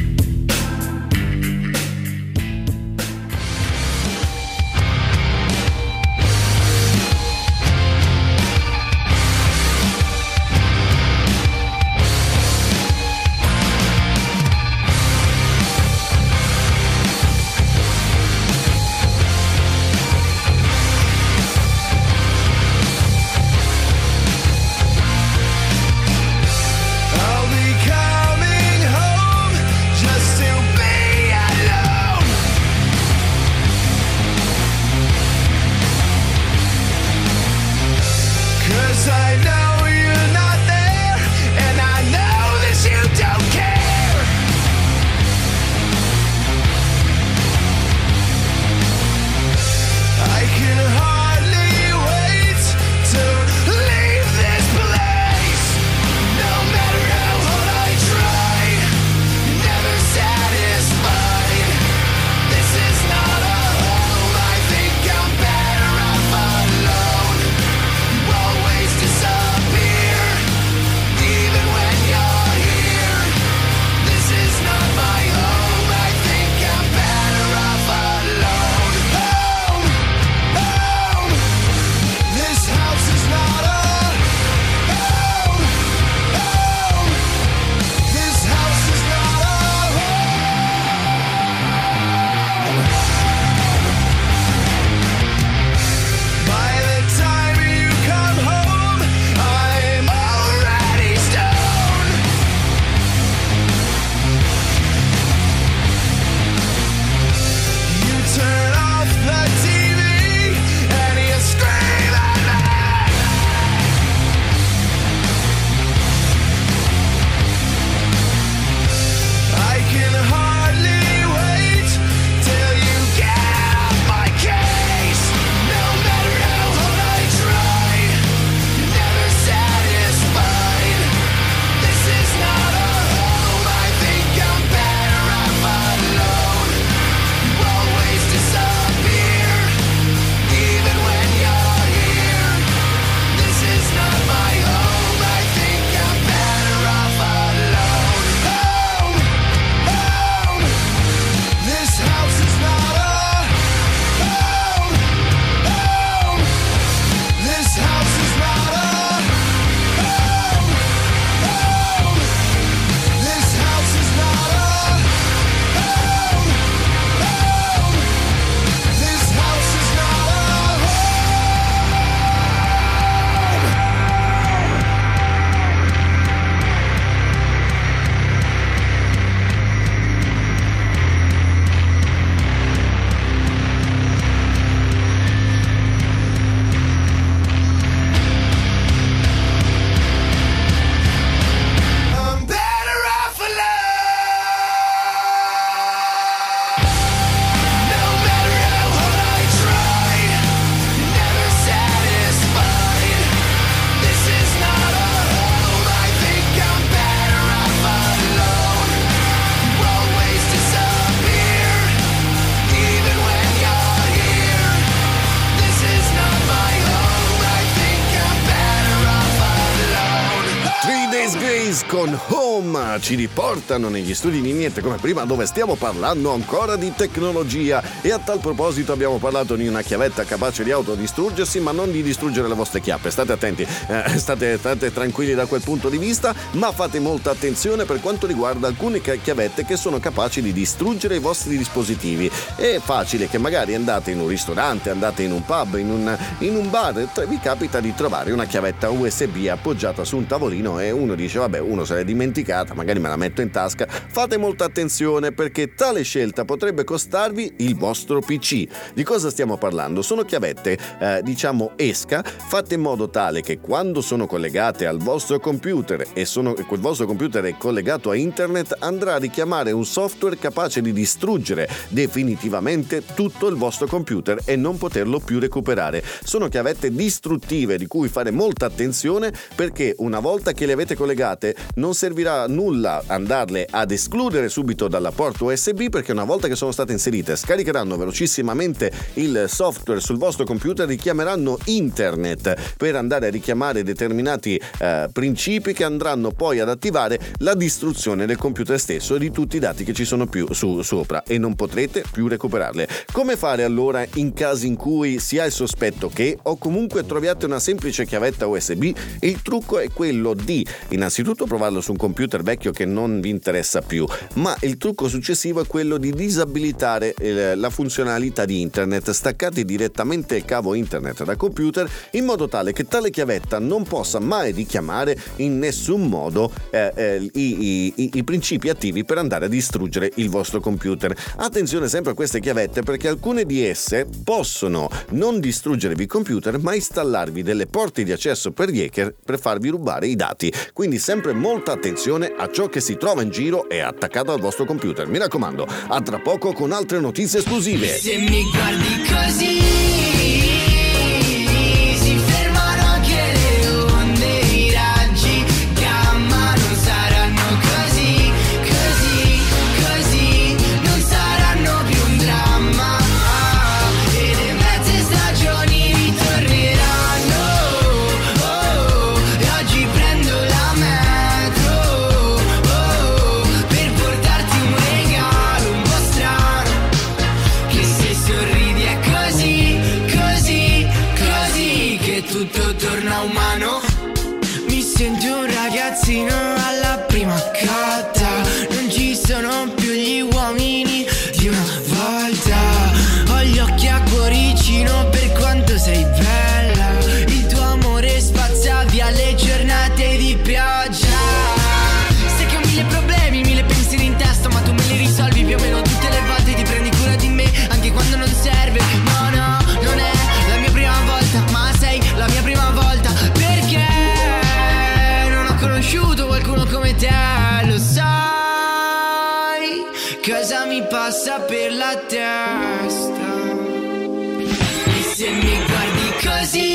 I'll be coming home just to be alone. 'Cause I know you're not there, and I know that you don't care. I can hardly wait to leave this place. No matter how hard I try, never satisfied. This is not a home. I think I'm better off alone. You always disappear, even when you're here. This is not my home. I think I'm better off alone. Home, home. This house is not a home. Home. This house is not a home. By the time you come home, I'm already stoned. You turn off the T V and you scream at me. I can hardly wait till you get off my case. No matter how hard I try, you're never satisfied. This is not a home. I think I'm better off alone. You always disappear, even when you're here. This is not my home. I think I'm better off alone. Home, home. This house is not a home. Home. This house is not a home. Home. This house is not a home. Home. This house is not a I'm better off alone. No matter how hard I try, you're never satisfied. This is not a home. I think I'm better off alone. You always disappear, even when you're here. This is not my home. I think I'm better off alone. Three Days Grace con Home ci riportano negli studi di Niente Come Prima, dove stiamo parlando ancora di tecnologia, e a tal proposito abbiamo parlato di una chiavetta capace di autodistruggersi, ma non di distruggere le vostre chiappe. State attenti, eh, state, state tranquilli da quel punto di vista, ma fate molta attenzione per quanto riguarda alcune ca- chiavette che sono capaci di distruggere i vostri dispositivi. È facile che magari andate in un ristorante, andate in un pub, in un, in un bar, e vi capita di trovare una chiavetta U S B appoggiata su un tavolino e uno dice vabbè, uno se l'è dimenticata, magari me la metto in tasca. Fate molta attenzione, perché tale scelta potrebbe costarvi il vostro P C. Di cosa stiamo parlando? Sono chiavette eh, diciamo esca, fatte in modo tale che quando sono collegate al vostro computer e sono, quel vostro computer è collegato a internet, andrà a richiamare un software capace di distruggere definitivamente tutto il vostro computer e non poterlo più recuperare. Sono chiavette distruttive di cui fare molta attenzione, perché una volta che le avete collegate non servirà a nulla andarle ad escludere subito dalla porta U S B, perché una volta che sono state inserite scaricheranno velocissimamente il software sul vostro computer, richiameranno internet per andare a richiamare determinati eh, principi che andranno poi ad attivare la distruzione del computer stesso e di tutti i dati che ci sono più su, sopra, e non potrete più recuperarle. Come fare allora in casi in cui si ha il sospetto che, o comunque troviate una semplice chiavetta U S B? Il trucco è quello di innanzitutto provarlo su un computer vecchio che non vi interessa più, ma il trucco successivo è quello di disabilitare eh, la funzionalità di internet. Staccate direttamente il cavo internet dal computer in modo tale che tale chiavetta non possa mai richiamare in nessun modo eh, eh, i, i, i principi attivi per andare a distruggere il vostro computer. Attenzione sempre a queste chiavette, perché alcune di esse possono non distruggervi il computer, ma installarvi delle porte di accesso per gli hacker per farvi rubare i dati. Quindi sempre molta attenzione a ciò che si trova in giro e attaccato al vostro computer. Mi raccomando, a tra poco con altre notizie esclusive. Se mi guardi così, si fermano anche le onde, i raggi gamma non saranno così, così, così, non saranno più un dramma, e le mezze stagioni ritorneranno, oh, e oggi prendo la metro, oh, per portarti un regalo un po' strano, che se sorridi è così, così, così, che tutto torna umano. Mi sento un ragazzino alla prima cotta, non ci sono più gli uomini di una volta. Ho gli occhi a cuoricino per quanto sei bella, il tuo amore spazza via le giornate di pioggia. Sai che ho mille problemi, mille pensieri in testa, ma tu me li risolvi più o meno tutte le volte. Ti prendi cura di me anche quando non serve. No, no, non è la mia prima volta, ma sei la mia prima volta, perché non ho conosciuto qualcuno come te. Lo sai cosa mi passa per la testa? E se mi guardi così,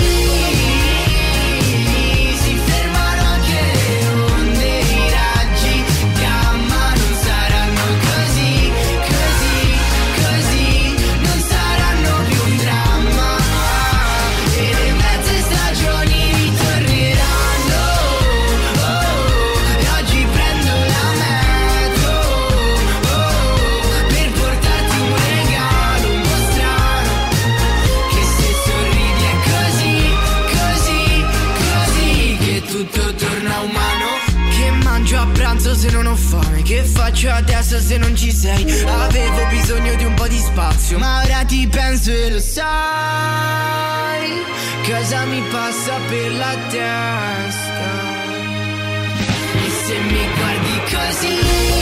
si fermano anche le onde, i raggi gamma non saranno così, così, così, non saranno più un dramma, e le mezze stagioni ritorneranno, oh, e oggi prendo la metro, oh, per portarti un regalo un po' strano, che se sorridi è così, così, così, che tutto torna umano. Che mangio a pranzo se non ho fame, che faccio adesso se non ci sei? Avevo bisogno di un po' di spazio, ma ora ti penso e lo sai cosa mi passa per la testa. E se mi guardi così,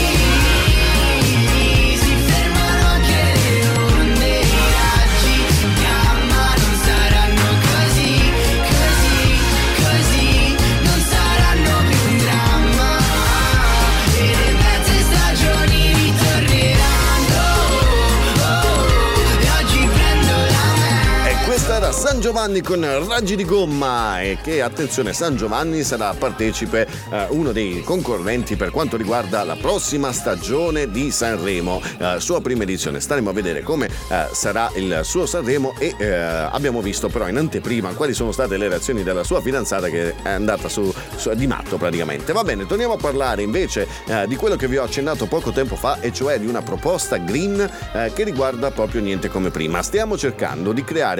si fermano anche le onde, i raggi gamma non saranno così, così, così, non saranno più un dramma, e le mezze stagioni ritorneranno, oh, e oggi prendo la metro. E questa era San Giovanni con Raggi di Gomma, e che, attenzione, San Giovanni sarà partecipe, eh, uno dei concorrenti per quanto riguarda la prossima stagione di Sanremo, eh, sua prima edizione. Staremo a vedere come eh, sarà il suo Sanremo, e eh, abbiamo visto però in anteprima quali sono state le reazioni della sua fidanzata, che è andata su, su di matto praticamente. Va bene, torniamo a parlare invece eh, di quello che vi ho accennato poco tempo fa, e cioè di una proposta green eh, che riguarda proprio niente come prima. Stiamo cercando di creare anche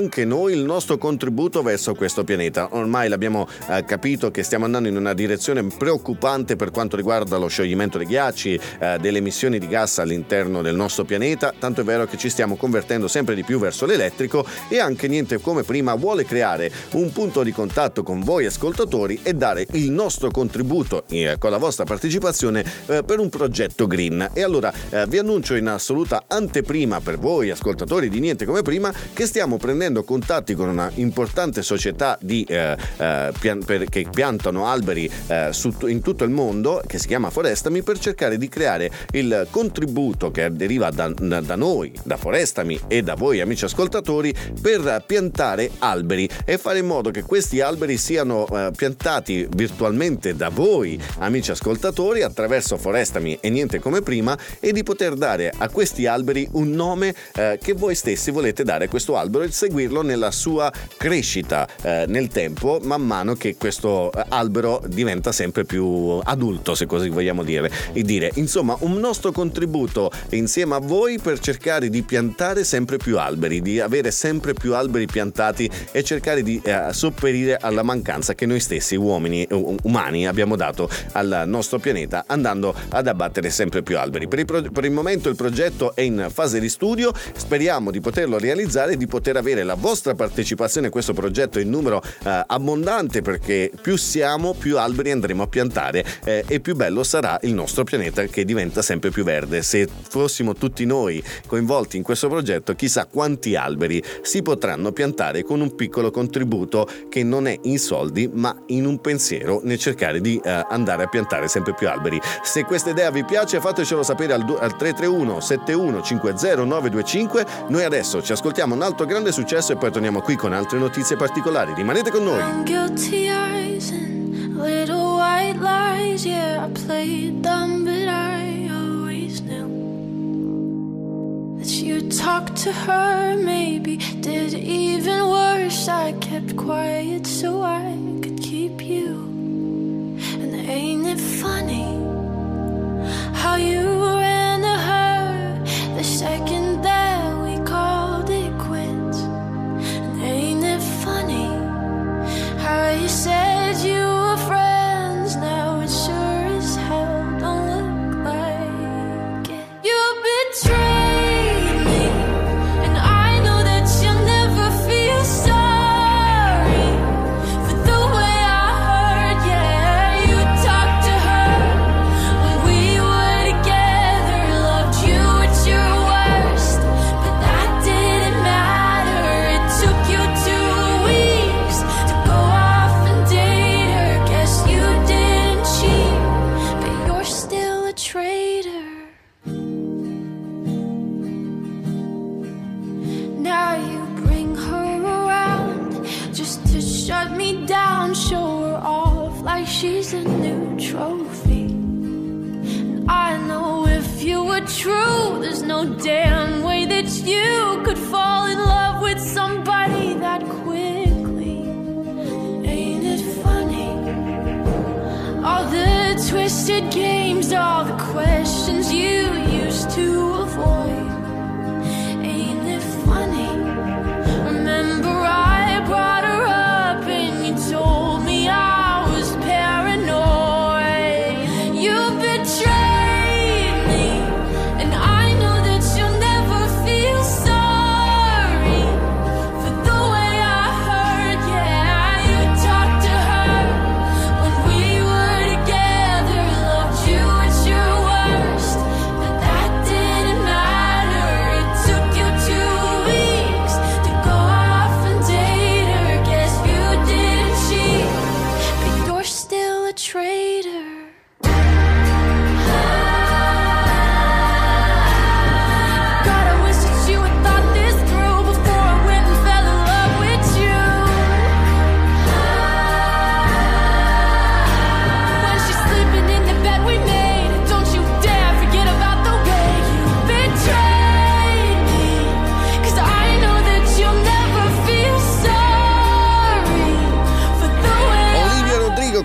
anche noi il nostro contributo verso questo pianeta. Ormai l'abbiamo eh, capito che stiamo andando in una direzione preoccupante per quanto riguarda lo scioglimento dei ghiacci, eh, delle emissioni di gas all'interno del nostro pianeta, tanto è vero che ci stiamo convertendo sempre di più verso l'elettrico, e anche Niente Come Prima vuole creare un punto di contatto con voi ascoltatori e dare il nostro contributo eh, con la vostra partecipazione eh, per un progetto green. E allora eh, vi annuncio in assoluta anteprima per voi ascoltatori di Niente Come Prima che stiamo prendendo contatti con una importante società di, eh, eh, pian- per, che piantano alberi eh, su, in tutto il mondo, che si chiama Forestami, per cercare di creare il contributo che deriva da, da, da noi, da Forestami e da voi amici ascoltatori, per piantare alberi e fare in modo che questi alberi siano eh, piantati virtualmente da voi amici ascoltatori attraverso Forestami e Niente Come Prima, e di poter dare a questi alberi un nome eh, che voi stessi volete dare a questo albero e seguirlo nella sua crescita eh, nel tempo, man mano che questo eh, albero diventa sempre più adulto, se così vogliamo dire, e dire insomma un nostro contributo insieme a voi per cercare di piantare sempre più alberi, di avere sempre più alberi piantati e cercare di eh, sopperire alla mancanza che noi stessi uomini uh, umani abbiamo dato al nostro pianeta, andando ad abbattere sempre più alberi. Per il, pro- per il momento il progetto è in fase di studio, speriamo di poterlo realizzare e di poter avere la vostra partecipazione a questo progetto in numero eh, abbondante, perché più siamo più alberi andremo a piantare eh, e più bello sarà il nostro pianeta, che diventa sempre più verde. Se fossimo tutti noi coinvolti in questo progetto, chissà quanti alberi si potranno piantare con un piccolo contributo che non è in soldi ma in un pensiero nel cercare di eh, andare a piantare sempre più alberi. Se questa idea vi piace fatecelo sapere al, al tre tre uno sette uno cinque zero nove due cinque. Noi adesso ci ascoltiamo un altro grande successo e poi torniamo qui con altre notizie particolari. Rimanete con noi. Guilty eyes and little white lies, yeah, I played dumb, but I always knew that you talked to her, maybe did even worse. I kept quiet so I could keep you. And ain't it funny how you ran to her the second that we called it quits? And ain't it funny how you said you were friends, now it sure as hell don't look like it. You betrayed me, and I know that you'll never feel sorry for the way I hurt. Yeah, you talked to her when we were together, loved you at your worst, but that didn't matter. It took you two weeks to go off and date her. Guess you didn't cheat, but you're still a traitor. Now you bring her around just to shut me down, show her off like she's a new trophy. And I know if you were true, there's no damn way that you could fall in love with somebody that quickly. Ain't it funny? All the twisted games, all the questions you used to avoid. Ain't it funny? Remember I brought her up and you told me I was paranoid. You betrayed me, and I know that you'll never feel sorry for the way I hurt. Yeah, you talked to her when we were together, loved you at your worst, but that didn't matter.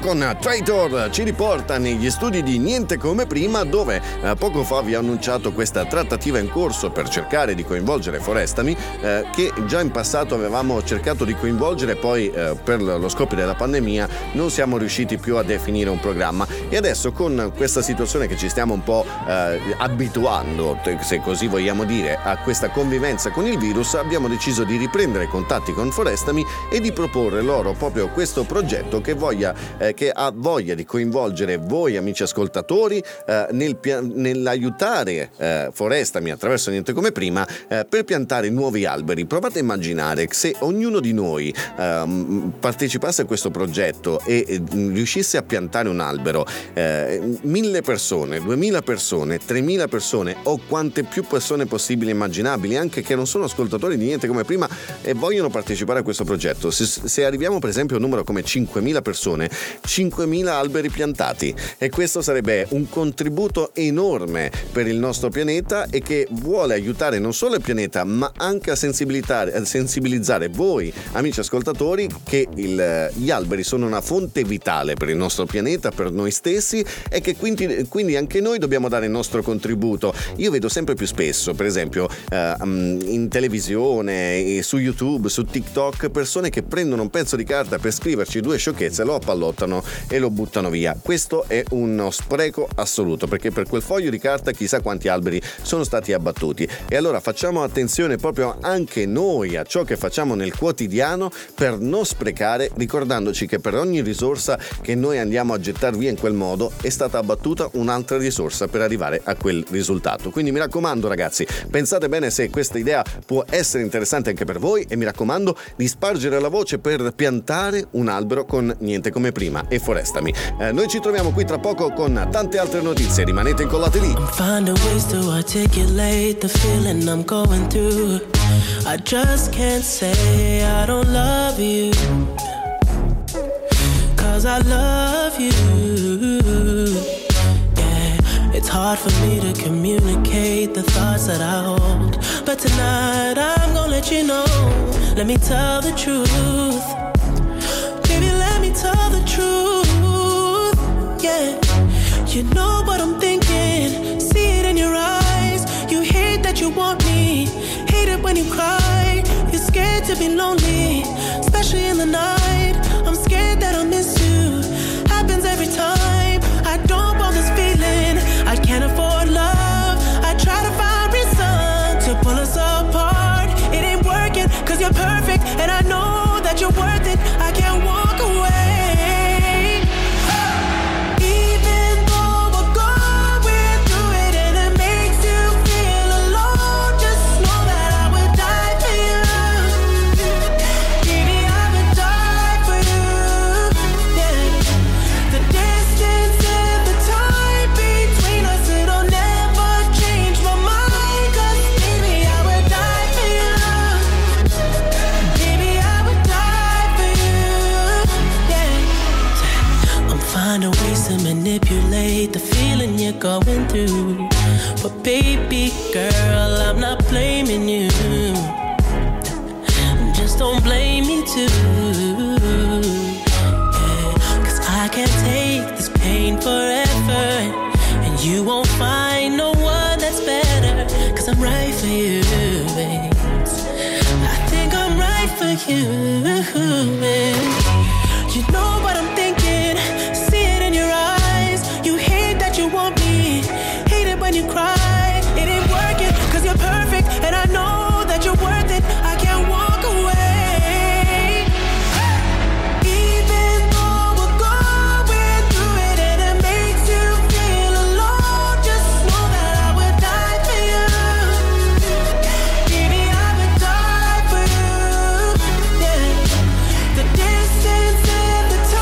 con Traitor ci riporta negli studi di Niente Come Prima, dove eh, poco fa vi ho annunciato questa trattativa in corso per cercare di coinvolgere Forestami, eh, che già in passato avevamo cercato di coinvolgere, poi eh, per lo scoppio della pandemia non siamo riusciti più a definire un programma, e adesso con questa situazione che ci stiamo un po' eh, abituando, se così vogliamo dire, a questa convivenza con il virus, abbiamo deciso di riprendere contatti con Forestami e di proporre loro proprio questo progetto che voglia eh, che ha voglia di coinvolgere voi amici ascoltatori eh, nel pia- nell'aiutare eh, Forestami attraverso Niente Come Prima eh, per piantare nuovi alberi. Provate a immaginare se ognuno di noi eh, partecipasse a questo progetto e eh, riuscisse a piantare un albero, eh, mille persone, duemila persone, tremila persone o quante più persone possibili e immaginabili, anche che non sono ascoltatori di Niente Come Prima e vogliono partecipare a questo progetto. Se, se arriviamo per esempio a un numero come cinquemila persone, cinquemila alberi piantati, e questo sarebbe un contributo enorme per il nostro pianeta e che vuole aiutare non solo il pianeta ma anche a sensibilizzare, a sensibilizzare voi amici ascoltatori che il, gli alberi sono una fonte vitale per il nostro pianeta, per noi stessi, e che quindi, quindi anche noi dobbiamo dare il nostro contributo. Io vedo sempre più spesso, per esempio eh, in televisione, su YouTube, su TikTok, persone che prendono un pezzo di carta per scriverci due sciocchezze, lo appallottano e lo buttano via. Questo è uno spreco assoluto, perché per quel foglio di carta chissà quanti alberi sono stati abbattuti. E allora facciamo attenzione proprio anche noi a ciò che facciamo nel quotidiano per non sprecare, ricordandoci che per ogni risorsa che noi andiamo a gettar via in quel modo è stata abbattuta un'altra risorsa per arrivare a quel risultato. Quindi mi raccomando ragazzi, pensate bene se questa idea può essere interessante anche per voi, e mi raccomando di spargere la voce per piantare un albero con Niente Come Prima e Forestami. Eh, noi ci troviamo qui tra poco con tante altre notizie, rimanete incollati lì. I'm finding ways to articulate the feeling I'm going through. I just can't say I don't love you, 'cause I love you. Yeah, it's hard for me to communicate the thoughts that I hold, but tonight I'm gonna let you know. Let me tell the truth. Baby, let me tell the truth. Yeah, you know what I'm thinking, see it in your eyes. You hate that you want me, hate it when you cry. You're scared to be lonely, especially in the night. I'm scared that I'll miss you, happens every time. I don't want this feeling, I can't afford love. I try to find reason to pull us apart. It ain't working, 'cause you're perfect, and I know that you're worth it. I can't walk away. Manipulate the feeling you're going through, but baby girl, I'm not blaming you. Just don't blame me too. Yeah, 'cause I can't take this pain forever, and you won't find no one that's better, 'cause I'm right for you, babe. I think I'm right for you, babe. You know what I'm thinking, see it in your eyes. You hate that you want me, hate it when you cry. It ain't working, 'cause you're perfect, and I know that you're worth it. I can't walk away. Even though we're going through it and it makes you feel alone, just know that I would die for you. Baby, I would die for you. Yeah. The distance and the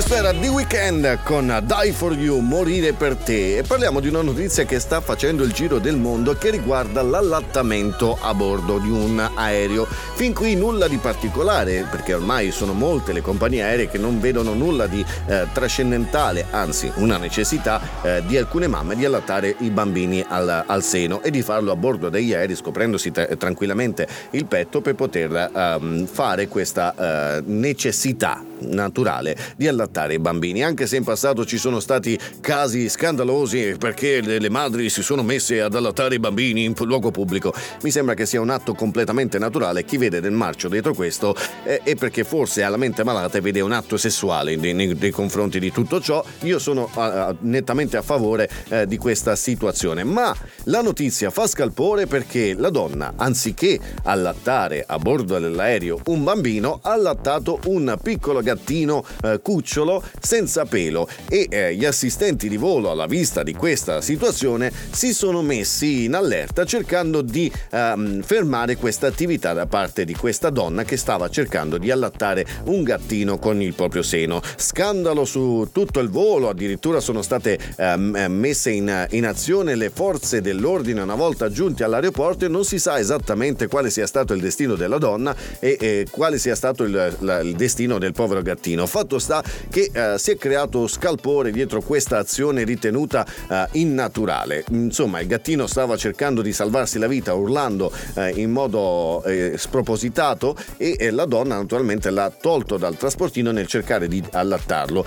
Questo era The Weeknd con Die For You, morire per te, e parliamo di una notizia che sta facendo il giro del mondo che riguarda l'allattamento a bordo di un aereo. Fin qui nulla di particolare, perché ormai sono molte le compagnie aeree che non vedono nulla di eh, trascendentale, anzi una necessità eh, di alcune mamme di allattare i bambini al, al seno e di farlo a bordo degli aerei, scoprendosi tra- tranquillamente il petto per poter um, fare questa uh, necessità naturale di allattare i bambini, anche se in passato ci sono stati casi scandalosi perché le, le madri si sono messe ad allattare i bambini in luogo pubblico. Mi sembra che sia un atto completamente naturale. Chi vede del marcio dietro questo è, è perché forse ha la mente malata e vede un atto sessuale nei, nei, nei confronti di tutto ciò. Io sono uh, nettamente a favore uh, di questa situazione, ma la notizia fa scalpore perché la donna, anziché allattare a bordo dell'aereo un bambino, ha allattato un piccolo gattino eh, cucciolo senza pelo, e eh, gli assistenti di volo, alla vista di questa situazione, si sono messi in allerta cercando di ehm, fermare questa attività da parte di questa donna che stava cercando di allattare un gattino con il proprio seno. Scandalo su tutto il volo, addirittura sono state ehm, messe in, in azione le forze dell'ordine una volta giunti all'aeroporto, e non si sa esattamente quale sia stato il destino della donna e, e quale sia stato il, la, il destino del povero gattino. Fatto sta che uh, si è creato scalpore dietro questa azione ritenuta uh, innaturale. Insomma, il gattino stava cercando di salvarsi la vita urlando uh, in modo uh, spropositato, e uh, la donna naturalmente l'ha tolto dal trasportino nel cercare di allattarlo,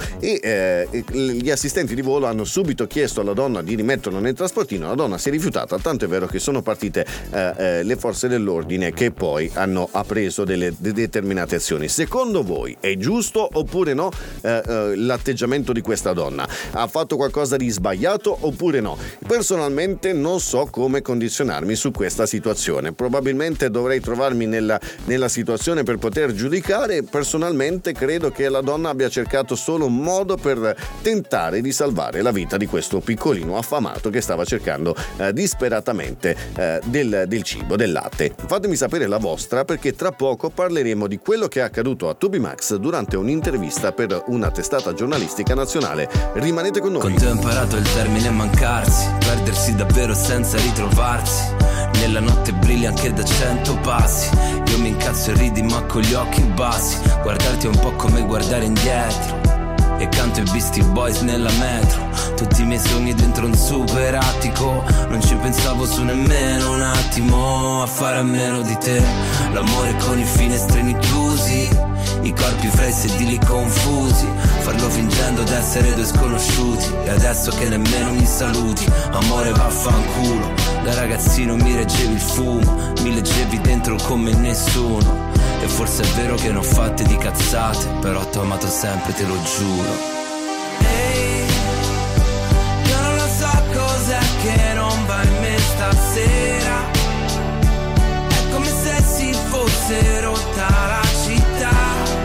e uh, gli assistenti di volo hanno subito chiesto alla donna di rimetterlo nel trasportino. La donna si è rifiutata, tanto è vero che sono partite uh, uh, le forze dell'ordine, che poi hanno preso delle de- determinate azioni. Secondo voi è giusto oppure no eh, eh, l'atteggiamento di questa donna? Ha fatto qualcosa di sbagliato oppure no? Personalmente non so come condizionarmi su questa situazione. Probabilmente dovrei trovarmi nella, nella situazione per poter giudicare. Personalmente credo che la donna abbia cercato solo un modo per tentare di salvare la vita di questo piccolino affamato che stava cercando eh, disperatamente eh, del, del cibo, del latte. Fatemi sapere la vostra, perché tra poco parleremo di quello che è accaduto a Tubimax durante un'intervista per una testata giornalistica nazionale. Rimanete con noi. Con te ho imparato il termine mancarsi, perdersi davvero senza ritrovarsi. Nella notte brilli anche da cento passi. Io mi incazzo e ridi ma con gli occhi bassi. Guardarti è un po' come guardare indietro, e canto i Beastie Boys nella metro. Tutti i miei sogni dentro un super attico. Non ci pensavo su nemmeno un attimo a fare a meno di te. L'amore con i finestrini chiusi, i corpi fra i sedili confusi, farlo fingendo d'essere due sconosciuti. E adesso che nemmeno mi saluti, amore vaffanculo. Da ragazzino mi reggevi il fumo, mi leggevi dentro come nessuno. E forse è vero che ne ho fatte di cazzate, però t'ho amato sempre, te lo giuro. Ehi, io non lo so cos'è che non va in me stasera. È come se si fosse rotta la città,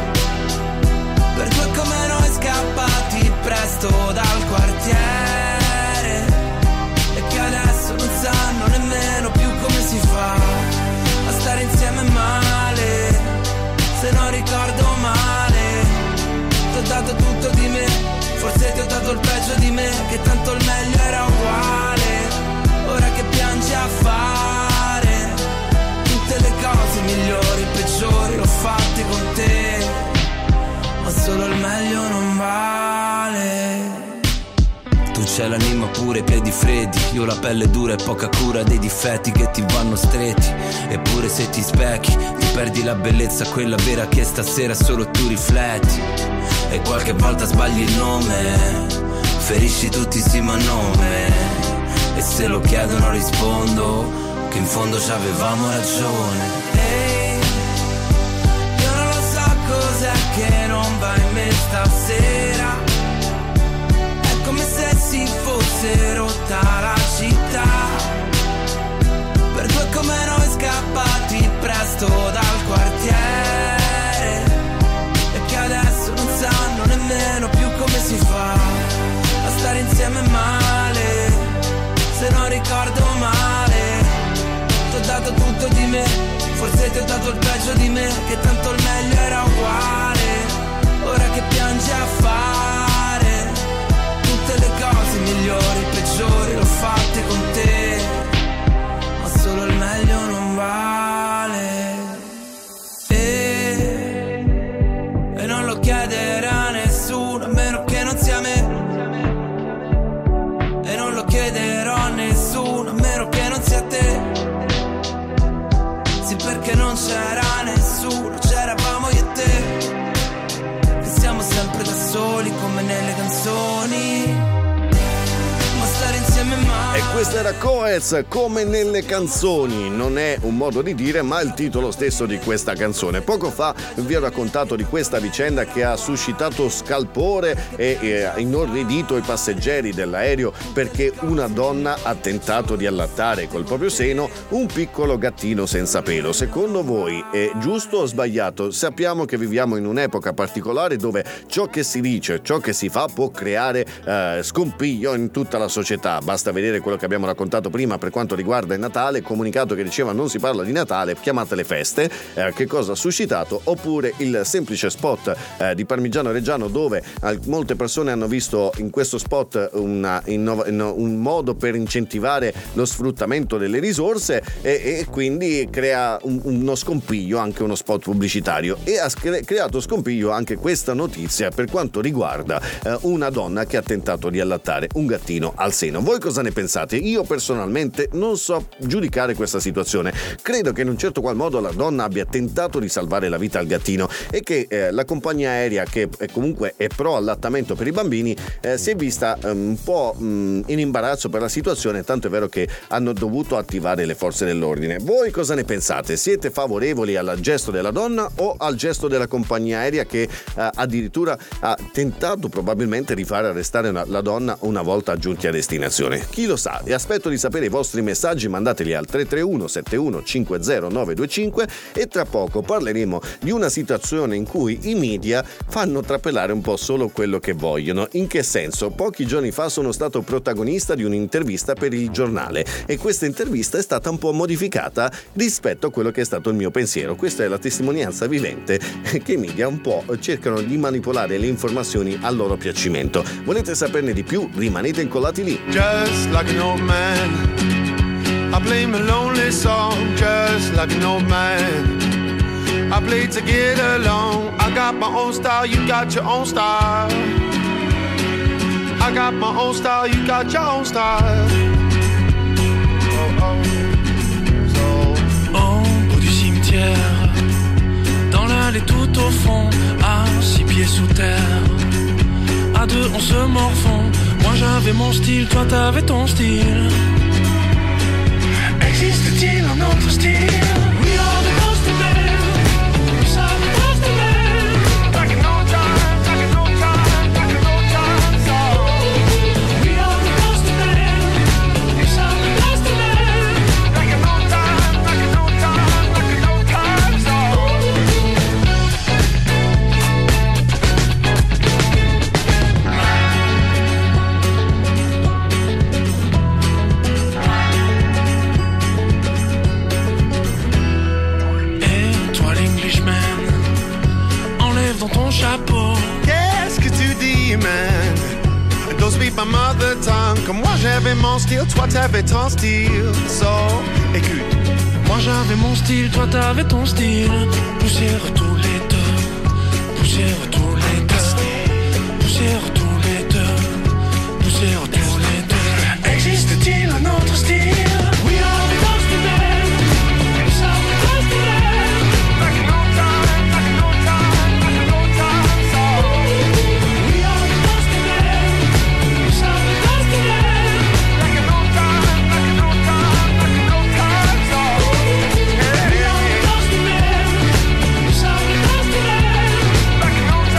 per due come noi scappati presto dal quartiere, e che adesso non sanno nemmeno più come si fa a stare insieme male. Se non ricordo male, ti ho dato tutto di me, forse ti ho dato il peggio di me, che tanto il meglio era uguale. Ora che piangi a fare tutte le cose migliori, peggiori, l'ho fatte con te, ma solo il meglio non vale. Tu c'hai l'anima pure, i piedi freddi, io la pelle dura e poca cura dei difetti che ti vanno stretti. Eppure se ti specchi, ti perdi la bellezza, quella vera che stasera solo tu rifletti. E qualche volta sbagli il nome, ferisci tutti sì ma nome. E se lo chiedono rispondo che in fondo c'avevamo ragione. Ehi, io non lo so cos'è che non va in me stasera. Come se si fosse rotta la città, per due come noi scappati presto dal quartiere, e che adesso non sanno nemmeno più come si fa a stare insieme male. Se non ricordo male, ti ho dato tutto di me, forse ti ho dato il peggio di me, che tanto il meglio era uguale. ora che piangi a fare tutte le cose migliori, peggiori, l'ho fatte con te, ma solo il meglio non vale. E, e non lo chiederà a nessuno, a meno che non sia me. E non lo chiederò a nessuno, a meno che non sia te. Sì, perché non c'era nessuno, c'eravamo io e te, che siamo sempre da soli come nelle canzoni, ma stare insieme mai. E questa era Coez, come nelle canzoni. Non è un modo di dire, ma il titolo stesso di questa canzone. Poco fa vi ho raccontato di questa vicenda che ha suscitato scalpore e, e inorridito i passeggeri dell'aereo, perché una donna ha tentato di allattare col proprio seno un piccolo gattino senza pelo. Secondo voi è giusto o sbagliato? Sappiamo che viviamo in un'epoca particolare dove ciò che si dice, ciò che si fa può creare eh, scompiglio in tutta la società. Basta vedere quello che abbiamo raccontato prima per quanto riguarda il Natale, comunicato che diceva non si parla di Natale, chiamatele feste, eh, che cosa ha suscitato? Oppure il semplice spot eh, di Parmigiano Reggiano, dove eh, molte persone hanno visto in questo spot una, innova, un modo per incentivare lo sfruttamento delle risorse e, e quindi crea un, uno scompiglio, anche uno spot pubblicitario, e ha cre- creato scompiglio anche questa notizia per quanto riguarda eh, una donna che ha tentato di allattare un gattino al seno. Voi cosa ne pensate? Io personalmente non so giudicare questa situazione. Credo che in un certo qual modo la donna abbia tentato di salvare la vita al gattino e che eh, la compagnia aerea, che è comunque è pro allattamento per i bambini, eh, si è vista um, un po' um, in imbarazzo per la situazione, tanto è vero che hanno dovuto attivare le forze dell'ordine. Voi cosa ne pensate? Siete favorevoli al gesto della donna o al gesto della compagnia aerea che eh, addirittura ha tentato probabilmente di far arrestare una, la donna una volta giunti a destinazione? Chi lo sa? E aspetto di sapere i vostri messaggi, mandateli al tre tre uno sette uno cinque zero nove due cinque e tra poco parleremo di una situazione in cui i media fanno trapelare un po' solo quello che vogliono. In che senso? Pochi giorni fa sono stato protagonista di un'intervista per Il Giornale e questa intervista è stata un po' modificata rispetto a quello che è stato il mio pensiero. Questa è la testimonianza vivente che i media un po' cercano di manipolare le informazioni a loro piacimento. Volete saperne di più? Rimanete incollati lì. Just like an old man, I play my lonely song. Just like an old man, I play to get along. I got my own style, you got your own style. I got my own style, you got your own style. Oh, oh. So. Au bout du cimetière, dans l'allée tout au fond, à six pieds sous terre, à deux on se morfond. Moi j'avais mon style, toi t'avais ton style. Existe-t-il un autre style? We are the Ghost Men, we are the Ghost Men. Like an old time, like an old time, like an old time song. We are the Ghost Men, we are the Ghost Men. Like an old time, like an old time, like an old time song. Dans ton chapeau, qu'est-ce que tu dis, man? Don't speak my mother tongue. Comme moi j'avais mon style, toi t'avais ton style. So, écoute. moi j'avais mon style, toi t'avais ton style. Poussière tous les deux, poussière tous les deux, poussière tous les deux, poussière tous les deux. Existe-t-il un autre style? We are the Ghost Men, we are the Ghost Men. Like an old time, like an old time, like an old time song. We are the Ghost Men, we are the Ghost Men. Like an old time, like an old time, like an old time song. We are the Ghost Men, we are the Ghost Men. Like an old time.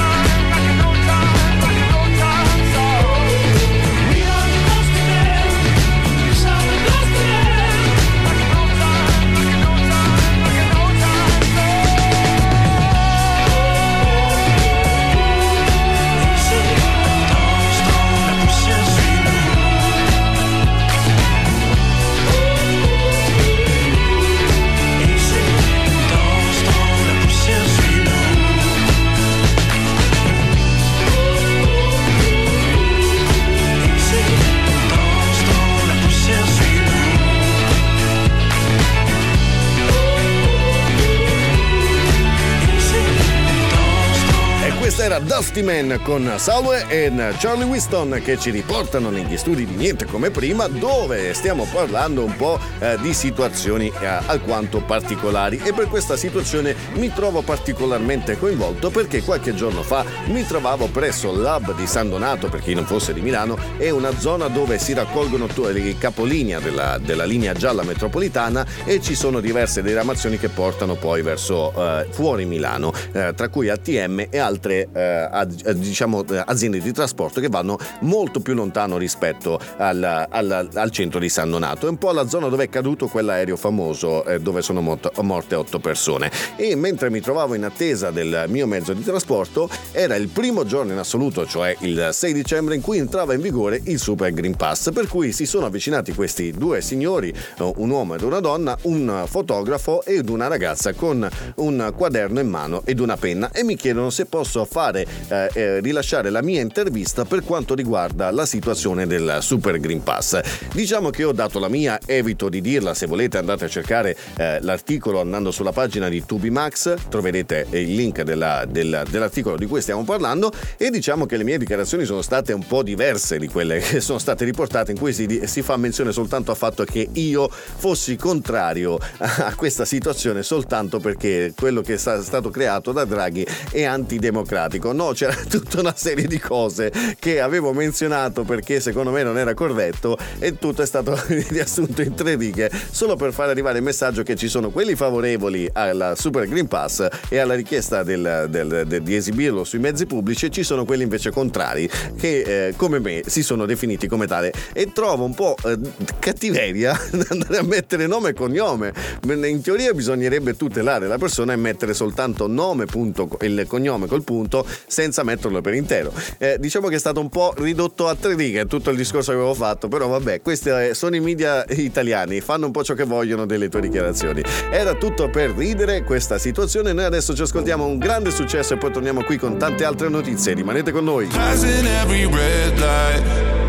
Dusty Man con Salwe e Charlie Winston che ci riportano negli studi di Niente Come Prima, dove stiamo parlando un po' eh, di situazioni eh, alquanto particolari, e per questa situazione mi trovo particolarmente coinvolto perché qualche giorno fa mi trovavo presso l'hub di San Donato, per chi non fosse di Milano, è una zona dove si raccolgono i capolinea della, della linea gialla metropolitana e ci sono diverse diramazioni che portano poi verso eh, fuori Milano, eh, tra cui A T M e altre eh, ad, diciamo aziende di trasporto che vanno molto più lontano rispetto al, al, al centro di San Donato. È un po' la zona dove è caduto quell'aereo famoso eh, dove sono mort- morte otto persone. E mentre mi trovavo in attesa del mio mezzo di trasporto, era il primo giorno in assoluto, cioè il sei dicembre, in cui entrava in vigore il Super Green Pass, per cui si sono avvicinati questi due signori, un uomo ed una donna, un fotografo ed una ragazza con un quaderno in mano ed una penna, e mi chiedono se posso fare eh, eh, rilasciare la mia intervista per quanto riguarda la situazione del Super Green Pass. Diciamo che ho dato la mia, evito di dirla, se volete andate a cercare eh, l'articolo andando sulla pagina di Tubimax, troverete il link della, del, dell'articolo di cui stiamo parlando, e diciamo che le mie dichiarazioni sono state un po' diverse di quelle che sono state riportate, in cui si, si fa menzione soltanto al fatto che io fossi contrario a, a questa situazione soltanto perché quello che è stato creato da Draghi è antidemocratico. No, c'era tutta una serie di cose che avevo menzionato perché secondo me non era corretto, e tutto è stato riassunto in tre righe solo per far arrivare il messaggio che ci sono quelli favorevoli al Super Green Pass e alla richiesta del, del, del, di esibirlo sui mezzi pubblici, e ci sono quelli invece contrari che eh, come me si sono definiti come tale. E trovo un po' eh, cattiveria andare a mettere nome e cognome. In teoria bisognerebbe tutelare la persona e mettere soltanto nome, punto, il cognome col punto, senza metterlo per intero. Eh, diciamo che è stato un po' ridotto a tre righe tutto il discorso che avevo fatto, però vabbè, questi sono i media italiani, fanno un po' ciò che vogliono delle tue dichiarazioni. Era tutto per ridere questa situazione. Noi adesso ci ascoltiamo un grande successo e poi torniamo qui con tante altre notizie. Rimanete con noi. Passing every red light,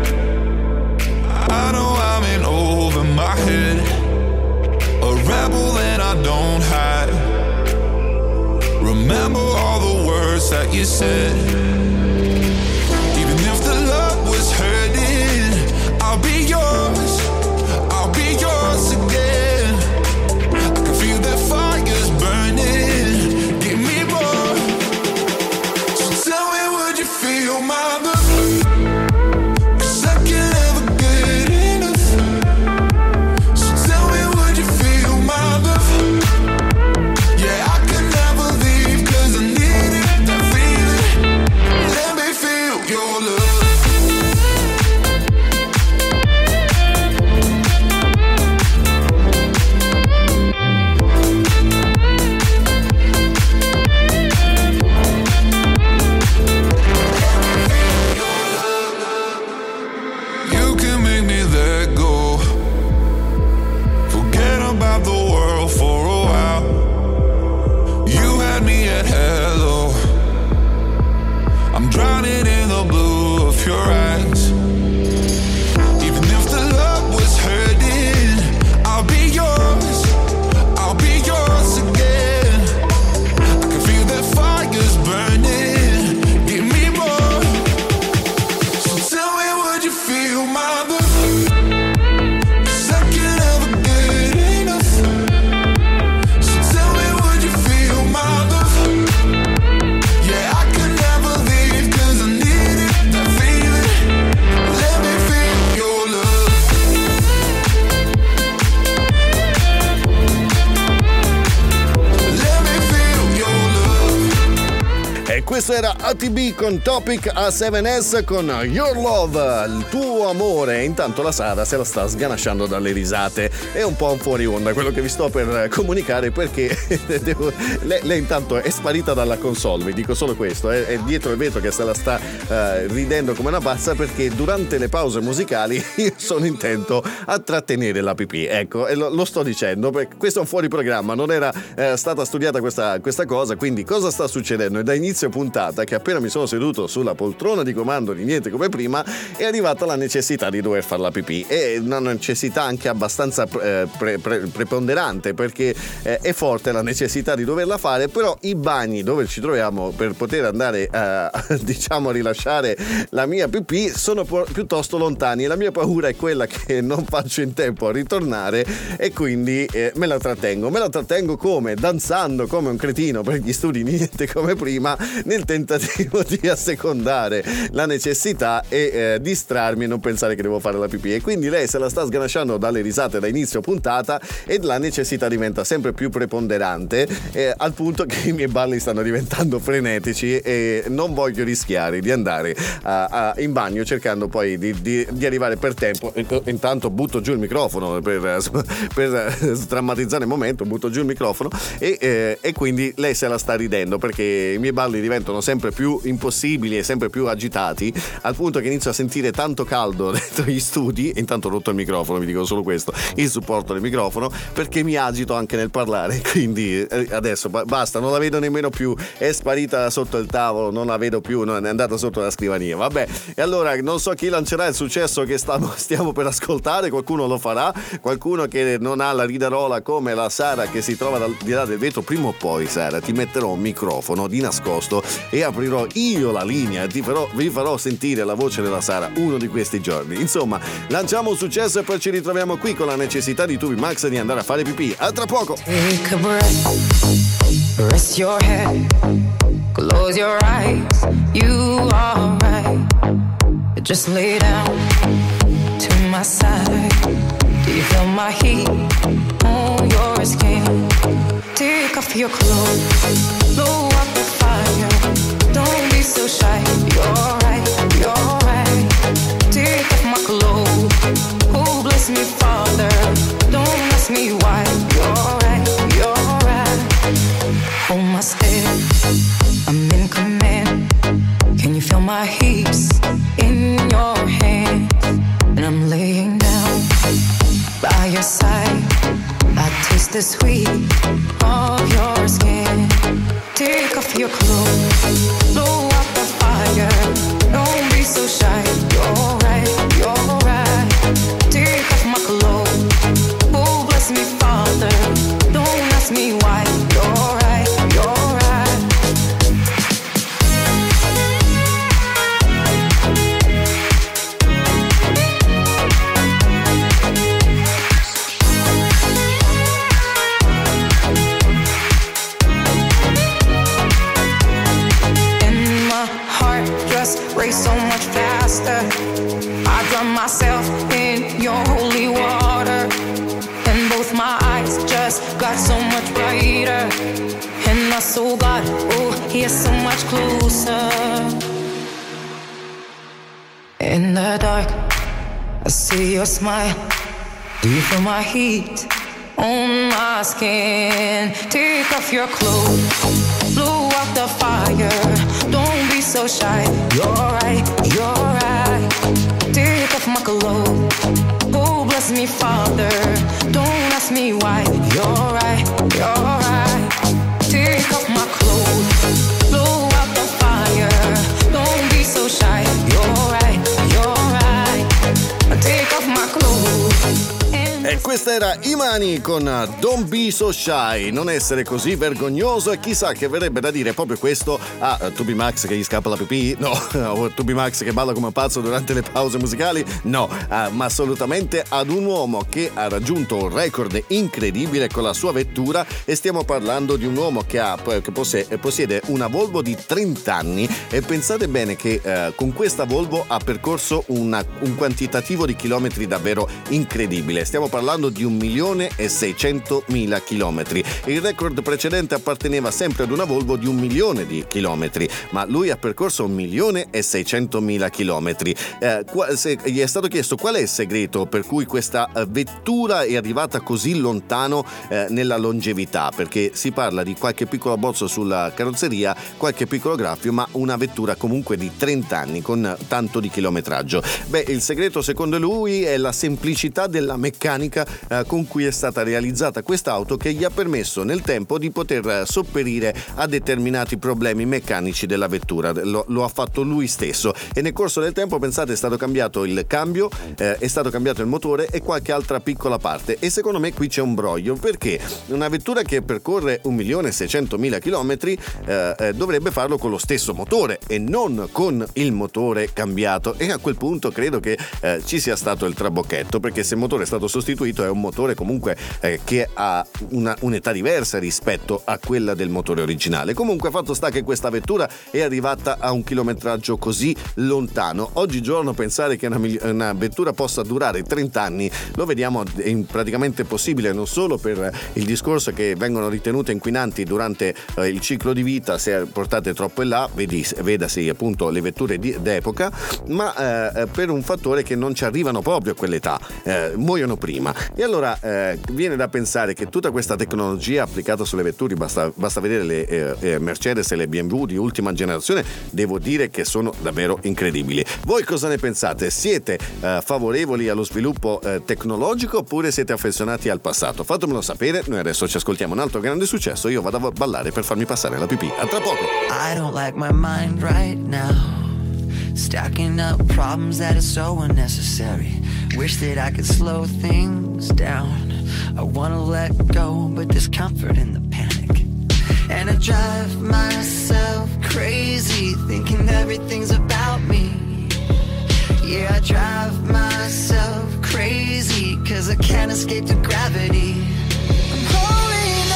I know I'm in over my head, a rebel and I don't hide. Remember all the words that you said. Even if the love was hurting, I'll be yours, I'll be yours again. I can feel the fire's burning, give me more. So tell me, would you feel my love? Drowning in the blue of your eyes. Even if the love was hurting, I'll be yours, I'll be yours again. I can feel the fire's burning, give me more. So tell me, would you feel my love? Questo era A T B con Topic A sette S con Your Love, il tuo amore. Intanto la Sara se la sta sganasciando dalle risate. È un po' fuori onda quello che vi sto per comunicare, perché devo... lei, lei intanto è sparita dalla console, vi dico solo questo, è, è dietro il vetro che se la sta uh, ridendo come una pazza, perché durante le pause musicali io sono intento a trattenere la pipì. Ecco, e lo, lo sto dicendo perché questo è un fuori programma, non era uh, stata studiata questa, questa cosa, quindi cosa sta succedendo? E da inizio puntata che appena mi sono seduto sulla poltrona di comando di Niente Come Prima è arrivata la necessità di dover fare la pipì. È una necessità anche abbastanza eh, pre- pre- preponderante, perché eh, è forte la necessità di doverla fare, però i bagni dove ci troviamo per poter andare a diciamo a rilasciare la mia pipì sono po- piuttosto lontani, e la mia paura è quella che non faccio in tempo a ritornare, e quindi eh, me la trattengo me la trattengo come? Danzando come un cretino per gli studi Niente Come Prima, nel tentativo di assecondare la necessità e eh, distrarmi e non pensare che devo fare la pipì. E quindi lei se la sta sganasciando dalle risate da inizio puntata, e la necessità diventa sempre più preponderante, eh, al punto che i miei balli stanno diventando frenetici e non voglio rischiare di andare a, a, in bagno cercando poi di, di, di arrivare per tempo. Intanto butto giù il microfono per, per drammatizzare il momento, butto giù il microfono e, eh, e quindi lei se la sta ridendo, perché i miei balli diventano sempre più impossibili e sempre più agitati, al punto che inizio a sentire tanto caldo dentro gli studi. E intanto ho rotto il microfono, vi dico solo questo, il supporto del microfono, perché mi agito anche nel parlare. Quindi eh, adesso basta, non la vedo nemmeno più, è sparita sotto il tavolo, non la vedo più, non è andata sotto la scrivania. Vabbè, e allora non so chi lancerà il successo che stiamo, stiamo per ascoltare. Qualcuno lo farà, qualcuno che non ha la ridarola come la Sara che si trova dal di là del vetro. Prima o poi, Sara, ti metterò un microfono di nascosto e aprirò io la linea e ti farò, vi farò sentire la voce della Sara uno di questi giorni. Insomma, lanciamo un successo e poi ci ritroviamo qui con la necessità di Tubimax di andare a fare pipì. A tra poco. Take a breath, rest your head, close your eyes, you are right. Just lay down to my side. Do you feel my heat on your skin? Take off your clothes, blow up the fire. Don't be so shy, you're right, you're right. Take off my clothes, oh bless me Father. Don't ask me why, you're right, you're right. Hold my step, I'm in command. Can you feel my hips in your hands? And I'm laying down by your side. I taste the sweet of your skin. Take off your clothes, blow up the fire. Don't be so shy, you're right, you're right. Take off my clothes, oh bless me Father. Don't ask me why, you're right, you're right. Race so much faster. I drown myself in your holy water, and both my eyes just got so much brighter, and my soul got, oh, here so much closer. In the dark, I see your smile. Do you feel my heat on my skin? Take off your clothes, blow out the fire. Don't be so shy, you're right, you're right. Take off my clothes, oh bless me Father. Don't ask me why, you're right, you're right. Take off my clothes, blow out the fire. Don't be so shy, you're right, you're right. Take off my clothes. E questa era Imani con Don't Be So Shy, non essere così vergognoso. E chissà che verrebbe da dire proprio questo a uh, Tubimax che gli scappa la pipì? No. O Tubimax che balla come un pazzo durante le pause musicali? No, uh, ma assolutamente ad un uomo che ha raggiunto un record incredibile con la sua vettura. E stiamo parlando di un uomo che, ha, che possiede, possiede una Volvo di trenta anni, e pensate bene che uh, con questa Volvo ha percorso una, un quantitativo di chilometri davvero incredibile. Stiamo parlando di un milione e seicentomila chilometri. Il record precedente apparteneva sempre ad una Volvo di un milione di chilometri, ma lui ha percorso un milione e seicentomila chilometri. Eh, gli è stato chiesto qual è il segreto per cui questa vettura è arrivata così lontano eh, nella longevità, perché si parla di qualche piccolo abbozzo sulla carrozzeria, qualche piccolo graffio, ma una vettura comunque di trenta anni con tanto di chilometraggio. Beh, il segreto secondo lui è la semplicità della meccanica eh, con cui è stata realizzata quest'auto, che gli ha permesso nel tempo di poter sopperire a determinati problemi meccanici della vettura. Lo, lo ha fatto lui stesso, e nel corso del tempo, pensate, è stato cambiato il cambio, eh, è stato cambiato il motore e qualche altra piccola parte. E secondo me qui c'è un broglio, perché una vettura che percorre un milione e seicentomila chilometri eh, eh, dovrebbe farlo con lo stesso motore e non con il motore cambiato, e a quel punto credo che eh, ci sia stato il trabocchetto, perché se il motore è stato sostituito è un motore comunque eh, che ha una, un'età diversa rispetto a quella del motore originale. Comunque, fatto sta che questa vettura è arrivata a un chilometraggio così lontano. Oggigiorno pensare che una, una vettura possa durare trenta anni lo vediamo praticamente possibile, non solo per il discorso che vengono ritenute inquinanti durante eh, il ciclo di vita se portate troppo in là, vedi, vedasi appunto le vetture di, d'epoca, ma eh, per un fattore che non ci arrivano proprio a quell'età, eh, muoiono prima. E allora eh, viene da pensare che tutta questa tecnologia applicata sulle vetture, basta, basta vedere le eh, eh, Mercedes e le B M W di ultima generazione, devo dire che sono davvero incredibili. Voi cosa ne pensate? Siete eh, favorevoli allo sviluppo eh, tecnologico oppure siete affezionati al passato? Fatemelo sapere. Noi adesso ci ascoltiamo un altro grande successo. Io vado a ballare per farmi passare la pipì. A tra poco. I don't like my mind right now, stacking up problems that are so unnecessary. Wish that I could slow things down. I wanna let go, but there's comfort in the panic. And I drive myself crazy, thinking everything's about me. Yeah, I drive myself crazy, cause I can't escape the gravity. I'm holding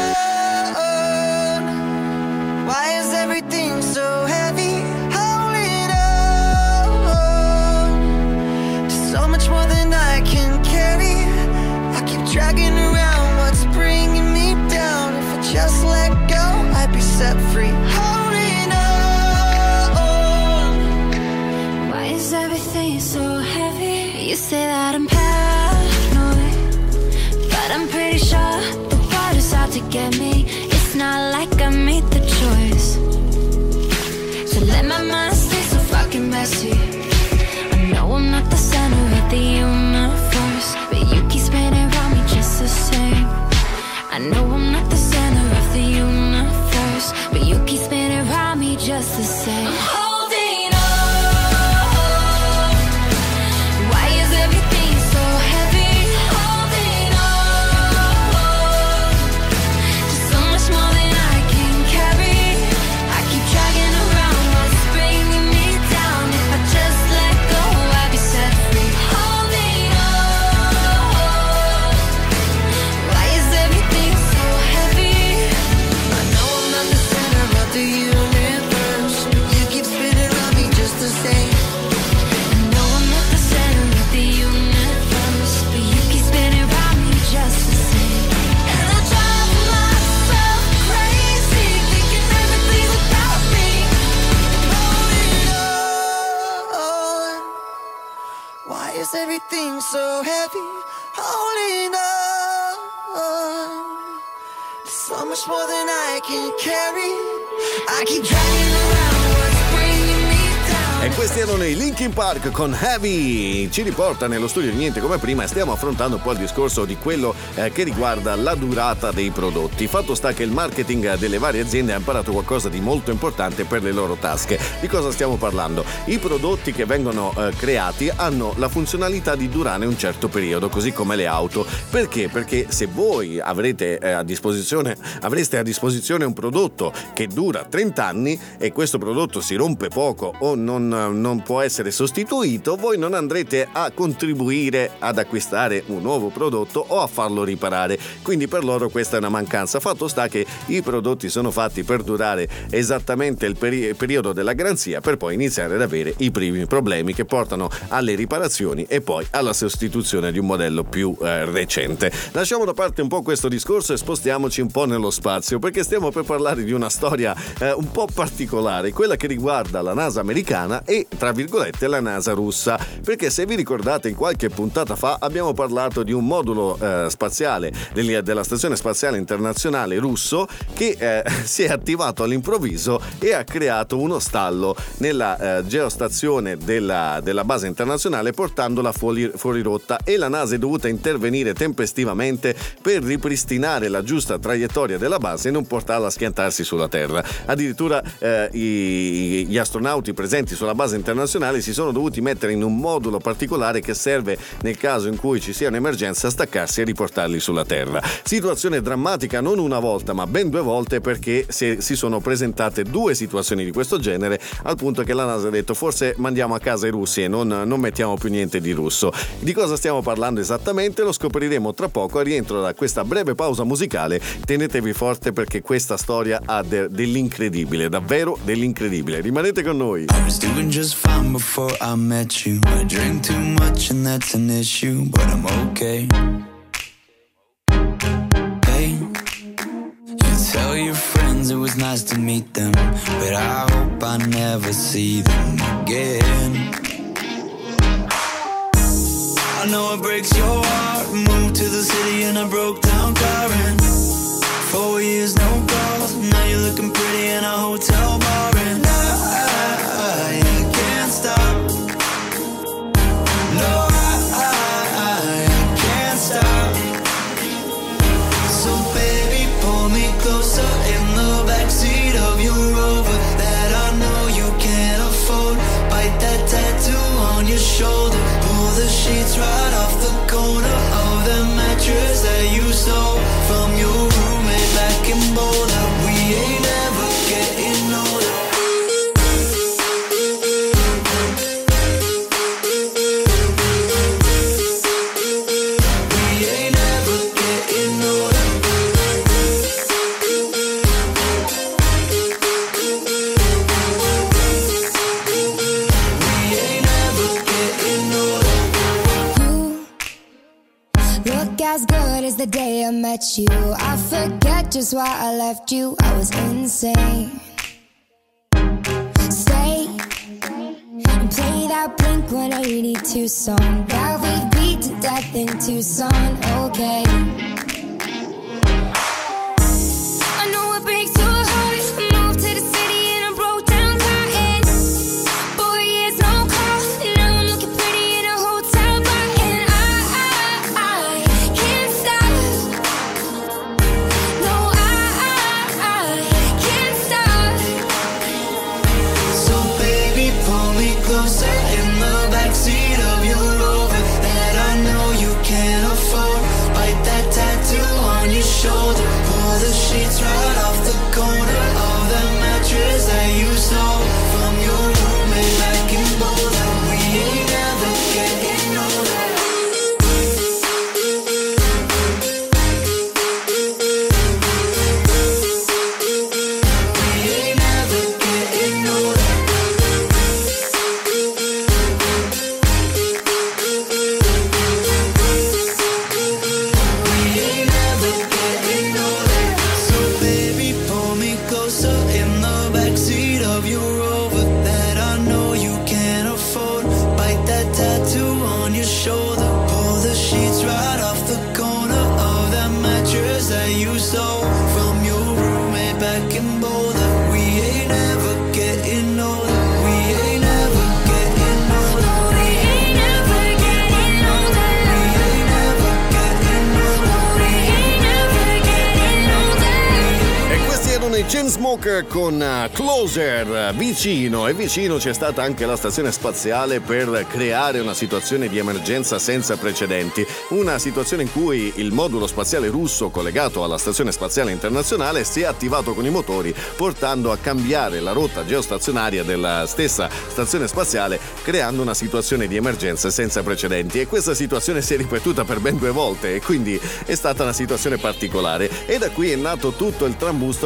on. Why is everything so heavy? Holding on. So much more than I can carry. I keep dragging around what's bringing me down. If I just let go, I'd be set free. Holding on. Why is everything so heavy? You say that I'm paranoid, but I'm pretty sure the water's out to get me. It's not like I made the choice to let my mind stay so fucking messy. I know I'm not the center of the universe, but you keep spinning around me just the same. I know I'm not the center of the universe, but you keep spinning around me just the same. I'm holding on. Why is everything so heavy? Holding on. Just so much more than I can carry. I keep dragging around what's bringing me down. If I just let go, I'd be set free. Holding on. Why is everything so heavy? I know I'm not the center of the universe. You keep spinning around me just the same. I know I'm not the center of the universe, but you keep spinning around me just the same. And I drive myself crazy, thinking everything's about me. Holding on. Why is everything so heavy? Holding on. So much more than I can carry. I keep dragging around what's bringing me down. E questi erano i Linkin Park con Heavy. Ci riporta nello studio di Niente Come Prima e stiamo affrontando un po' il discorso di quello eh, che riguarda la durata dei prodotti. Fatto sta che il marketing delle varie aziende ha imparato qualcosa di molto importante per le loro tasche. Di cosa stiamo parlando? I prodotti che vengono eh, creati hanno la funzionalità di durare un certo periodo, così come le auto. Perché? Perché se voi avrete eh, a disposizione avreste a disposizione un prodotto che dura trenta anni e questo prodotto si rompe poco o non, non può essere sostituito, voi non andrete a contribuire ad acquistare un nuovo prodotto o a farlo riparare. Quindi per loro questa è una mancanza. Fatto sta che i prodotti sono fatti per durare esattamente il peri- periodo della garanzia, per poi iniziare ad avere i primi problemi che portano alle riparazioni e poi alla sostituzione di un modello più eh, recente. Lasciamo da parte un po' questo discorso e spostiamoci un po' nello spazio, perché stiamo per parlare di una storia eh, un po' particolare, quella che riguarda la NASA americana e, tra virgolette, la NASA russa. Perché se vi ricordate, in qualche puntata fa abbiamo parlato di un modulo eh, spaziale della, della Stazione Spaziale Internazionale russo che eh, si è attivato all'improvviso e ha creato uno stallo nella eh, geostazione della, della base internazionale, portandola fuori, fuori rotta, e la NASA è dovuta intervenire tempestivamente per ripristinare la giusta traiettoria della base e non portarla a schiantarsi sulla Terra. Addirittura eh, i, gli astronauti presenti sulla base internazionale si sono dovuti mettere in un modulo particolare che serve, nel caso in cui ci sia un'emergenza, a staccarsi e riportarli sulla Terra. Situazione drammatica non una volta ma ben due volte, perché si, si sono presentate due situazioni di questo genere, al punto che la NASA ha detto forse mandiamo a casa i russi e non, non mettiamo più niente di russo. Di cosa stiamo parlando esattamente lo scopriremo tra poco, a rientro da questa breve pausa musicale. Tenetevi forte perché questa storia ha de- dell'incredibile, davvero dell'incredibile. Rimanete con noi. I was doing just fine before I met you. I drink too much and that's an issue, but I'm okay. Hey, you tell your friends it was nice to meet them, but I hope I never see them again. I know it breaks your heart. Moved to the city in a broke down car, and four years no calls. Now you're looking pretty in a hotel bar, and I, I can't stop. No, I, I, I can't stop. So baby, pull me closer in the backseat of your Rover that I know you can't afford. Bite that tattoo on your shoulder. Pull the sheets right off the corner of the mattress that you stole from your roommate back in Boulder. We ain't ever getting older. We ain't ever getting older. We ain't ever getting older. Look as good as the day I met you. I forget just why I left you. I was insane. Stay and play that Blink one eighty-two song that we beat to death in Tucson. Okay. I know it breaks your heart. Moved to the city in a broke down car, and four years no call. Now I'm looking pretty in a hotel bar, and I, I, I can't stop. No, I, I, I can't stop. So baby, pull me closer in the backseat of your Rover that I know you can't afford. Bite that tattoo on your shoulder. Pull the sheets right off the corner of the mattress that you stole from your roommate back in Boulder. We ain't ever getting older. We ain't ever getting older. We ain't ever getting older. So baby, pull me closer in the backseat of your Rover that I know you can't afford. Bite that tattoo on your shoulder. Pull the sheets right off the corner of that mattress that you stole from your roommate back in Boulder. We ain't ever getting older. We ain't ever getting older. We ain't ever getting older. We ain't ever getting older. We ain't ever getting older. E questi erano i Chainsmokers con uh, Closer. Vicino, e vicino c'è stata anche la stazione spaziale per creare una situazione di emergenza senza precedenti, una situazione in cui il modulo spaziale russo collegato alla stazione spaziale internazionale si è attivato con i motori, portando a cambiare la rotta geostazionaria della stessa stazione spaziale, creando una situazione di emergenza senza precedenti. E questa situazione si è ripetuta per ben due volte, e quindi è stata una situazione particolare, e da qui è nato tutto il trambusto che ha visto la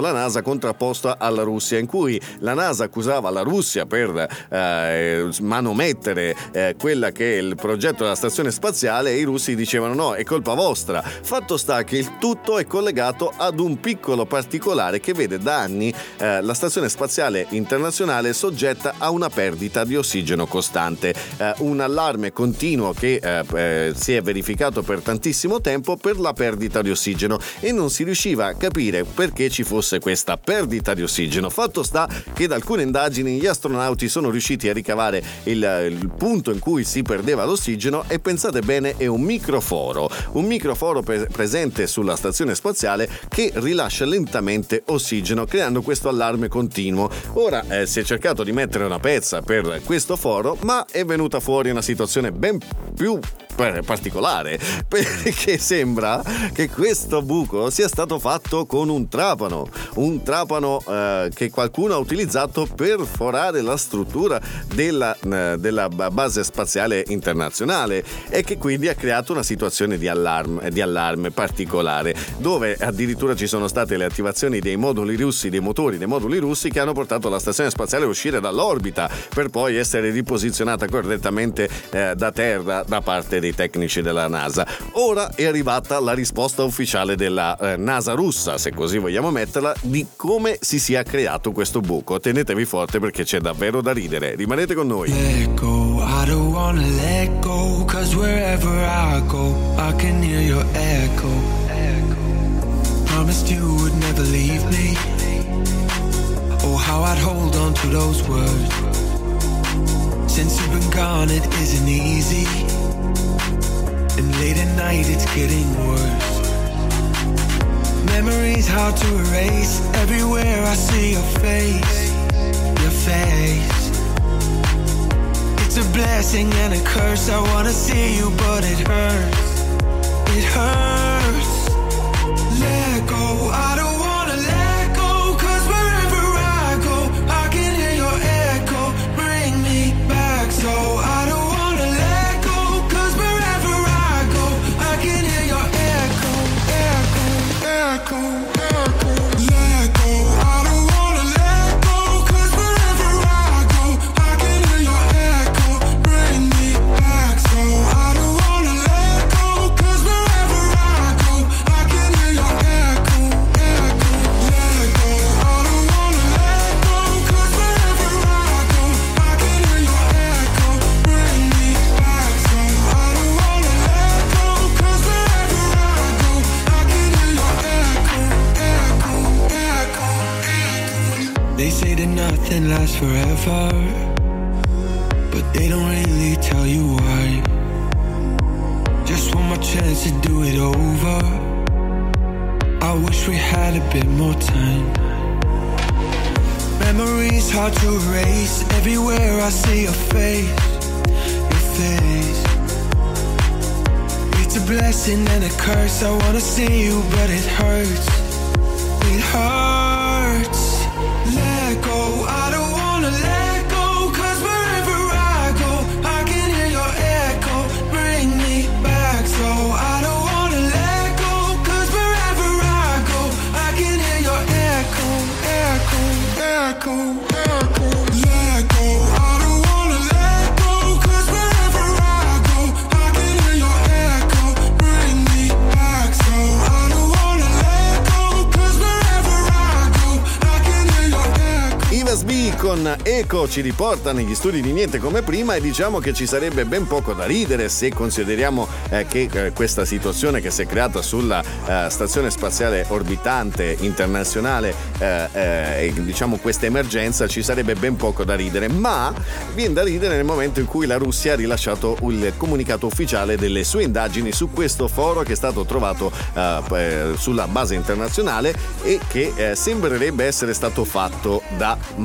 la NASA contrapposta alla Russia, in cui la NASA accusava la Russia per eh, manomettere eh, quella che è il progetto della stazione spaziale, e i russi dicevano no, è colpa vostra. Fatto sta che il tutto è collegato ad un piccolo particolare che vede da anni eh, la stazione spaziale internazionale soggetta a una perdita di ossigeno costante, eh, un allarme continuo che eh, eh, si è verificato per tantissimo tempo per la perdita di ossigeno, e non si riusciva a capire perché ci fosse questa perdita di ossigeno. Fatto sta che da alcune indagini gli astronauti sono riusciti a ricavare il, il punto in cui si perdeva l'ossigeno, e pensate bene, è un microforo un microforo pre- presente sulla stazione spaziale che rilascia lentamente ossigeno, creando questo allarme continuo. Ora eh, si è cercato di mettere una pezza per questo foro, ma è venuta fuori una situazione ben più particolare, perché sembra che questo buco sia stato fatto con un trapano un trapano eh, che qualcuno ha utilizzato per forare la struttura della, eh, della base spaziale internazionale, e che quindi ha creato una situazione di allarme, di allarme particolare, dove addirittura ci sono state le attivazioni dei moduli russi, dei motori dei moduli russi, che hanno portato la stazione spaziale a uscire dall'orbita per poi essere riposizionata correttamente eh, da terra da parte dei tecnici della NASA. Ora è arrivata la risposta ufficiale della eh, NASA russa, se così vogliamo metterla, di come si sia creato questo buco. Tenetevi forte perché c'è davvero da ridere. Rimanete con noi. Let go, I don't wanna let go, cause wherever I go, I can hear your echo. Promised you would never leave me. Oh, how I'd hold on to those words. Since you've been gone, it isn't easy. And late at night it's getting worse. Memories hard to erase. Everywhere I see your face, your face. It's a blessing and a curse. I wanna see you, but it hurts. It hurts. Let go, I don't wanna let go, cause wherever I go, I can hear your echo. Bring me back, so I don't wanna let go, cause wherever I go, I can hear your echo, echo, echo, echo. Let go, I don't wanna let go, cause wherever I go, I can hear your echo. Bring me back, so I don't wanna let go, cause wherever I go, I can hear your echo, echo. Let go, I don't wanna let go, cause wherever I go, I can hear your echo. Bring me back, so I don't wanna let go, cause wherever I go, I can hear your echo, echo, echo, echo. They say that nothing lasts forever, but they don't really tell you why. Just one more chance to do it over. I wish we had a bit more time. Memories hard to erase. Everywhere I see your face, your face. It's a blessing and a curse. I wanna see you, but it hurts. It hurts. Let go, I don't wanna let go, cause wherever I go, I can hear your echo. Bring me back, so I don't wanna let go, cause wherever I go, I can hear your echo, echo, echo, echo. Let go, I don't wanna let go, cause wherever I go, I can hear your echo. Bring me back, so I don't wanna let go, cause wherever I go, I can hear your echo. Ivas B con Eco ci riporta negli studi di Niente come Prima, e diciamo che ci sarebbe ben poco da ridere se consideriamo eh, che eh, questa situazione che si è creata sulla eh, stazione spaziale orbitante internazionale, eh, eh, diciamo questa emergenza, ci sarebbe ben poco da ridere, ma viene da ridere nel momento in cui la Russia ha rilasciato il comunicato ufficiale delle sue indagini su questo foro che è stato trovato eh, sulla base internazionale e che eh, sembrerebbe essere stato fatto da mani.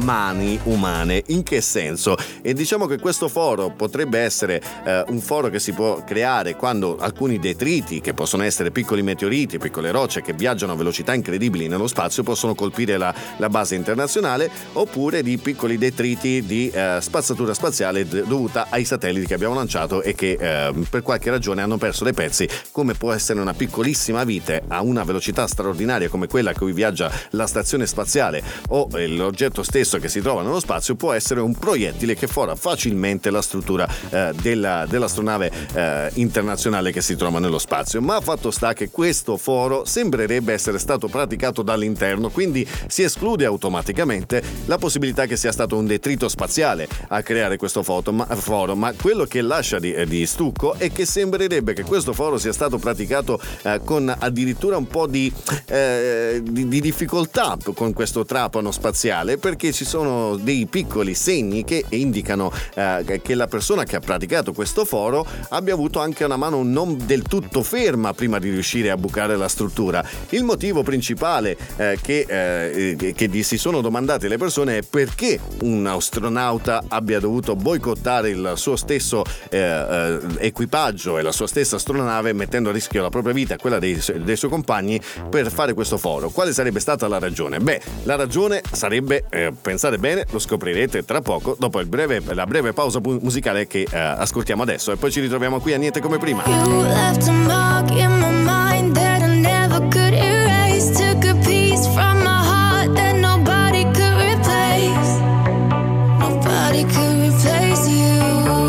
immagini umane. In che senso? E diciamo che questo foro potrebbe essere eh, un foro che si può creare quando alcuni detriti, che possono essere piccoli meteoriti, piccole rocce che viaggiano a velocità incredibili nello spazio, possono colpire la, la base internazionale, oppure di piccoli detriti di eh, spazzatura spaziale d- dovuta ai satelliti che abbiamo lanciato e che eh, per qualche ragione hanno perso dei pezzi, come può essere una piccolissima vite a una velocità straordinaria come quella a cui viaggia la stazione spaziale o eh, l'oggetto stesso che si trova nello spazio, può essere un proiettile che fora facilmente la struttura eh, della, dell'astronave eh, internazionale che si trova nello spazio. Ma fatto sta che questo foro sembrerebbe essere stato praticato dall'interno, quindi si esclude automaticamente la possibilità che sia stato un detrito spaziale a creare questo foto, ma, foro, ma quello che lascia di, di stucco è che sembrerebbe che questo foro sia stato praticato eh, con addirittura un po' di, eh, di, di difficoltà con questo trapano spaziale, perché ci sono dei piccoli segni che indicano eh, che la persona che ha praticato questo foro abbia avuto anche una mano non del tutto ferma prima di riuscire a bucare la struttura. Il motivo principale eh, che, eh, che si sono domandate le persone è perché un astronauta abbia dovuto boicottare il suo stesso eh, eh, equipaggio e la sua stessa astronave, mettendo a rischio la propria vita e quella dei, dei suoi compagni per fare questo foro. Quale sarebbe stata la ragione? Beh, la ragione sarebbe, eh, pensate bene, lo scoprirete tra poco dopo il breve, la breve pausa musicale che eh, ascoltiamo adesso, e poi ci ritroviamo qui a Niente come prima. You left a mark in my mind that I never could erase. Took a piece from my heart that nobody could replace. Nobody could replace you.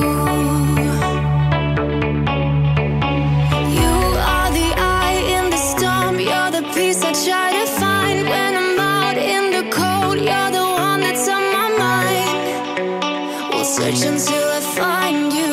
You are the eye in the storm. You're the peace I try to find when I'm out in the cold. You're the one that's on my mind. We'll search until I find you.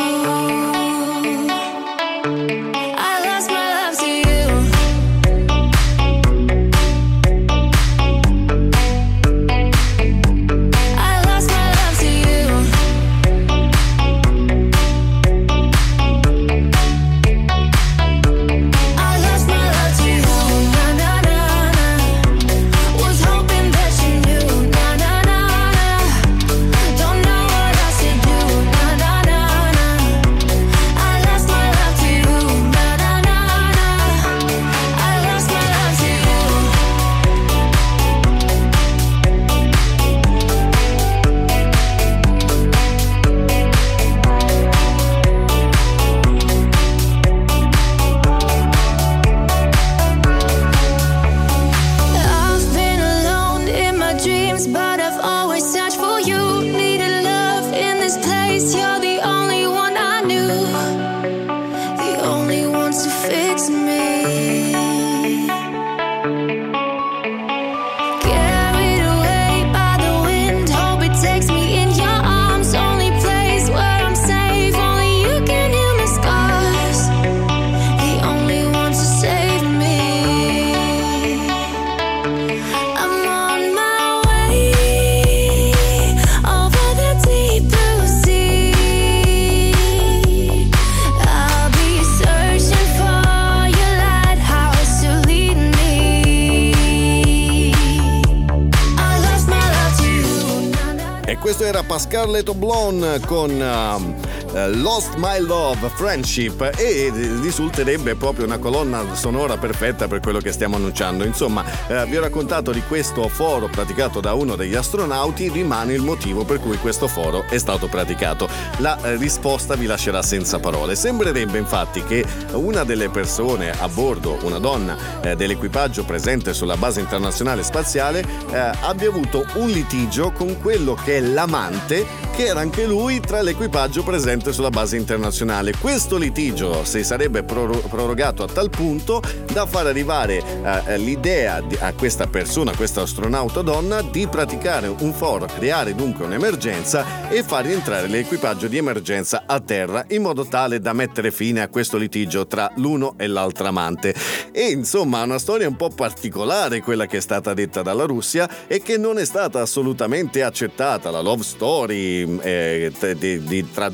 Scarlett O'Blon con uh, Lost My Love Friendship, e risulterebbe proprio una colonna sonora perfetta per quello che stiamo annunciando. Insomma, eh, vi ho raccontato di questo foro praticato da uno degli astronauti. Rimane il motivo per cui questo foro è stato praticato. La eh, risposta vi lascerà senza parole. Sembrerebbe infatti che una delle persone a bordo, una donna eh, dell'equipaggio presente sulla base internazionale spaziale, eh, abbia avuto un litigio con quello che è l'amante, che era anche lui tra l'equipaggio presente sulla base internazionale. Questo litigio si sarebbe prorogato a tal punto da far arrivare eh, l'idea di, a questa persona, a questa astronauta donna, di praticare un foro, creare dunque un'emergenza e far rientrare l'equipaggio di emergenza a terra, in modo tale da mettere fine a questo litigio tra l'uno e l'altra amante. E insomma, una storia un po' particolare quella che è stata detta dalla Russia e che non è stata assolutamente accettata. La love story eh, di, di, tra due amanti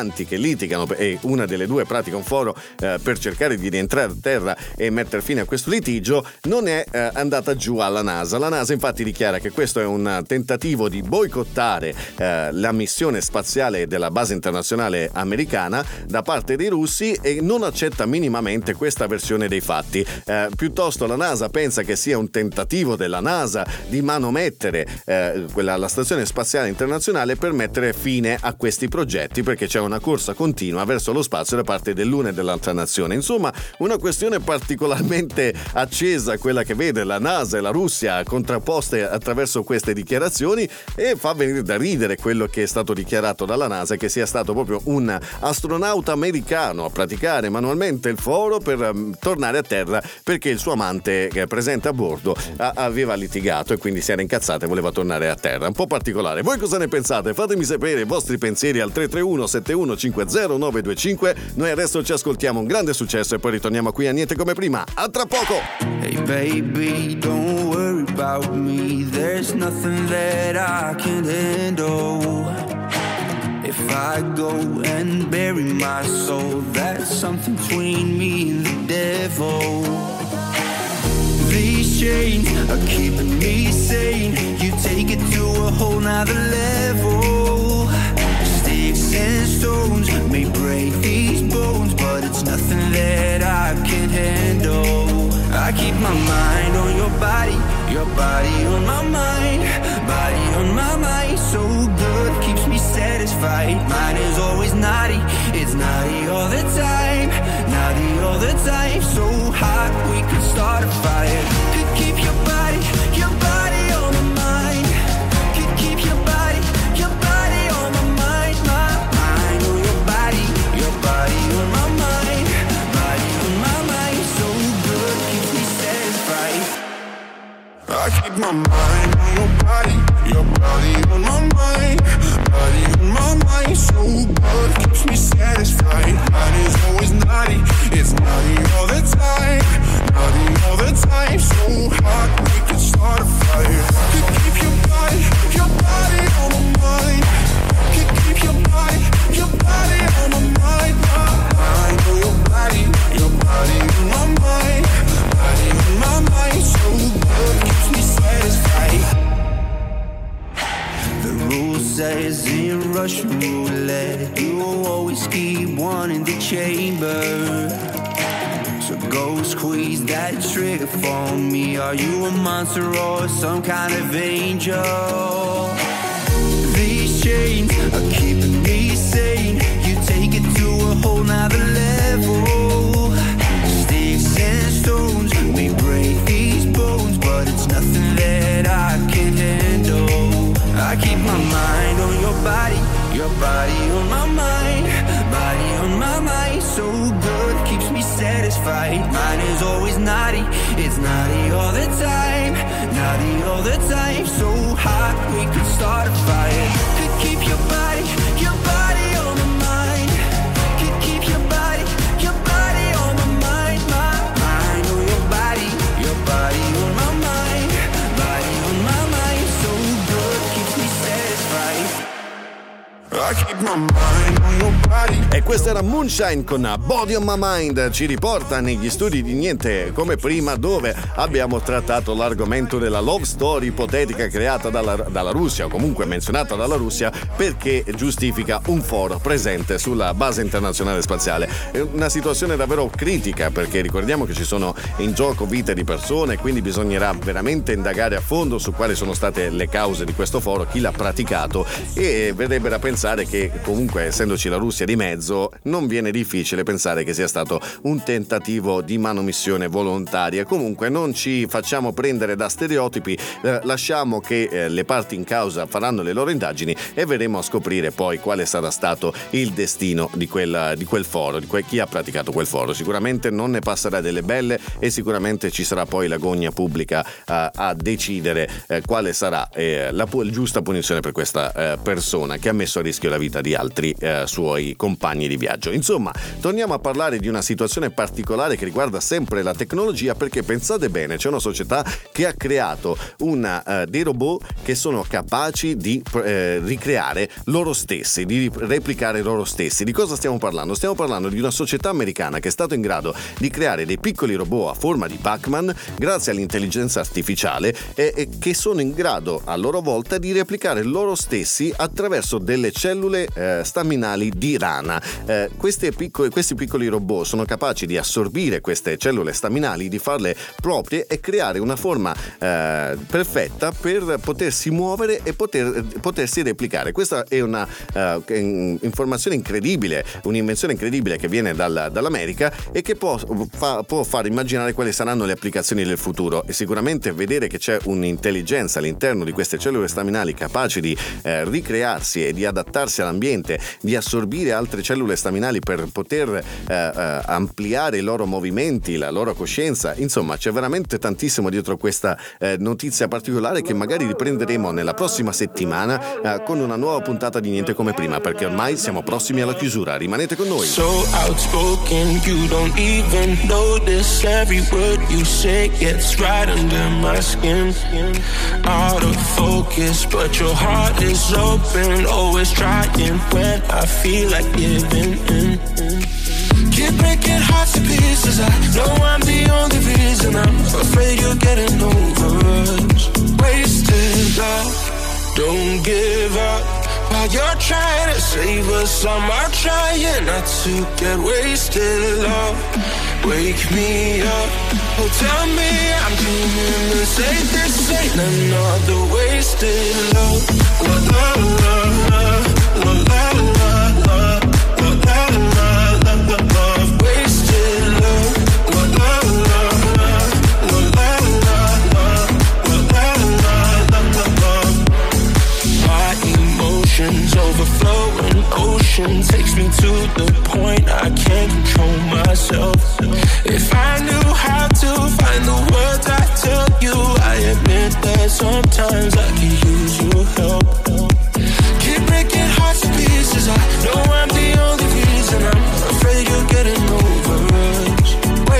amanti che litigano e una delle due pratica un foro eh, per cercare di rientrare a terra e mettere fine a questo litigio, non è eh, andata giù alla NASA. La NASA infatti dichiara che questo è un tentativo di boicottare eh, la missione spaziale della base internazionale americana da parte dei russi e non accetta minimamente questa versione dei fatti. Eh, piuttosto la NASA pensa che sia un tentativo della NASA di manomettere eh, quella, la stazione spaziale internazionale per mettere fine a questi progetti, perché c'è una corsa continua verso lo spazio da parte dell'una e dell'altra nazione. Insomma, una questione particolarmente accesa, quella che vede la NASA e la Russia contrapposte attraverso queste dichiarazioni, e fa venire da ridere quello che è stato dichiarato dalla NASA, che sia stato proprio un astronauta americano a praticare manualmente il foro per um, tornare a terra perché il suo amante che è presente a bordo a- aveva litigato e quindi si era incazzato e voleva tornare a terra. Un po' particolare. Voi cosa ne pensate? Fatemi sapere i vostri pensieri al tre tre uno sette uno cinque zero nove due cinque. Noi adesso ci ascoltiamo un grande successo e poi ritorniamo qui a Niente Come Prima. A tra poco! Hey baby, don't worry about me. There's nothing that I can't handle. If I go and bury my soul, that's something between me and the devil. These chains are keeping me sane. You take it to a whole nother level. Sticks and stones may break these bones, but it's nothing that I can't handle. I keep my mind on your body, your body on my mind, body on my mind. So good, keeps me satisfied. Mine is always naughty, it's naughty all the time, naughty all the time. So hot, we could start a fire. Could keep your body, your body on my mind. Could keep your body, your body on my mind, my mind on your body, your body on my mind, body on my mind. So good, keeps me satisfied. I keep my mind on your body, your body on my mind, body on my mind. So good, keeps me satisfied. Mine is always naughty, it's naughty all the time, naughty all the time. So hot, we could start a fire. Could keep your body, your body on my mind. Could keep your body, your body on my mind, my mind on your body, your body on my mind, body on my mind. So good, keeps me satisfied. The rule says in Russian roulette, you always keep one in the chamber. So go squeeze that trigger for me. Are you a monster or some kind of angel? These chains are keeping me sane. You take it to a whole nother level. Sticks and stones may break these bones, but it's nothing that I can't handle. I keep my mind on your body, your body on my mind, body on my mind. So good, keeps me satisfied. Mine is always naughty, it's naughty all the time, naughty all the time. So hot, we could start a fire. Could keep your body, your body on my mind. Could keep your body, your body on my mind, my mind on your body, your body on my mind, body on my mind. So good, keeps me satisfied. I keep my mind on your body. E questo era Moonshine con Body on My Mind. Ci riporta negli studi di Niente Come Prima, dove abbiamo trattato l'argomento della love story ipotetica creata dalla, dalla Russia, o comunque menzionata dalla Russia, perché giustifica un foro presente sulla base internazionale spaziale. È una situazione davvero critica, perché ricordiamo che ci sono in gioco vite di persone, quindi bisognerà veramente indagare a fondo su quali sono state le cause di questo foro, chi l'ha praticato, e verrebbe da pensare che comunque, essendoci la Russia di mezzo, non viene difficile pensare che sia stato un tentativo di manomissione volontaria. Comunque non ci facciamo prendere da stereotipi, eh, lasciamo che eh, le parti in causa faranno le loro indagini e verremo a scoprire poi quale sarà stato il destino di quel, di quel foro, di que- chi ha praticato quel foro. Sicuramente non ne passerà delle belle e sicuramente ci sarà poi l'agonia pubblica eh, a decidere eh, quale sarà eh, la pu- giusta punizione per questa eh, persona che ha messo a rischio la vita vita di altri eh, suoi compagni di viaggio. Insomma, torniamo a parlare di una situazione particolare che riguarda sempre la tecnologia, perché pensate bene, c'è una società che ha creato una, uh, dei robot che sono capaci di eh, ricreare loro stessi, di replicare loro stessi. Di cosa stiamo parlando? Stiamo parlando di una società americana che è stata in grado di creare dei piccoli robot a forma di Pac-Man grazie all'intelligenza artificiale e, e che sono in grado a loro volta di replicare loro stessi attraverso delle cellule eh, staminali di rana. Eh, queste piccole, questi piccoli robot sono capaci di assorbire queste cellule staminali, di farle proprie e creare una forma eh, perfetta per potersi muovere e poter, potersi replicare. Questa è una uh, informazione incredibile, un'invenzione incredibile che viene dal, dall'America e che può, fa, può far immaginare quali saranno le applicazioni del futuro, e sicuramente vedere che c'è un'intelligenza all'interno di queste cellule staminali capaci di eh, ricrearsi e di adattarsi all'ambiente, di assorbire altre cellule staminali per poter eh, eh, ampliare i loro movimenti, la loro coscienza. Insomma, c'è veramente tantissimo dietro questa eh, notizia particolare che magari riprenderemo nella prossima settimana eh, con una nuova puntata di Niente Come Prima, perché ormai siamo prossimi alla chiusura. Rimanete con noi. So outspoken, you don't even notice. Every word you say gets right under my skin. Out of focus, but your heart is open. Always trying when I feel like giving in. Keep breaking hearts to pieces. I know I'm the only reason. I'm afraid you're getting over us. Wasted love. Don't give up while you're trying to save us. I'm out trying not to get wasted. Love, wake me up. Oh, tell me I'm dreaming the same. This ain't another wasted love. La la la la la la la la la la la la. Wasted love. La la la la la la la la la la. My emotions overflowing ocean takes me to the point I can't control myself. If I knew how to find the words I tell you, I admit that sometimes I could use your help. Keep breaking hearts to pieces. I know I'm the only reason. I'm afraid you're getting over us.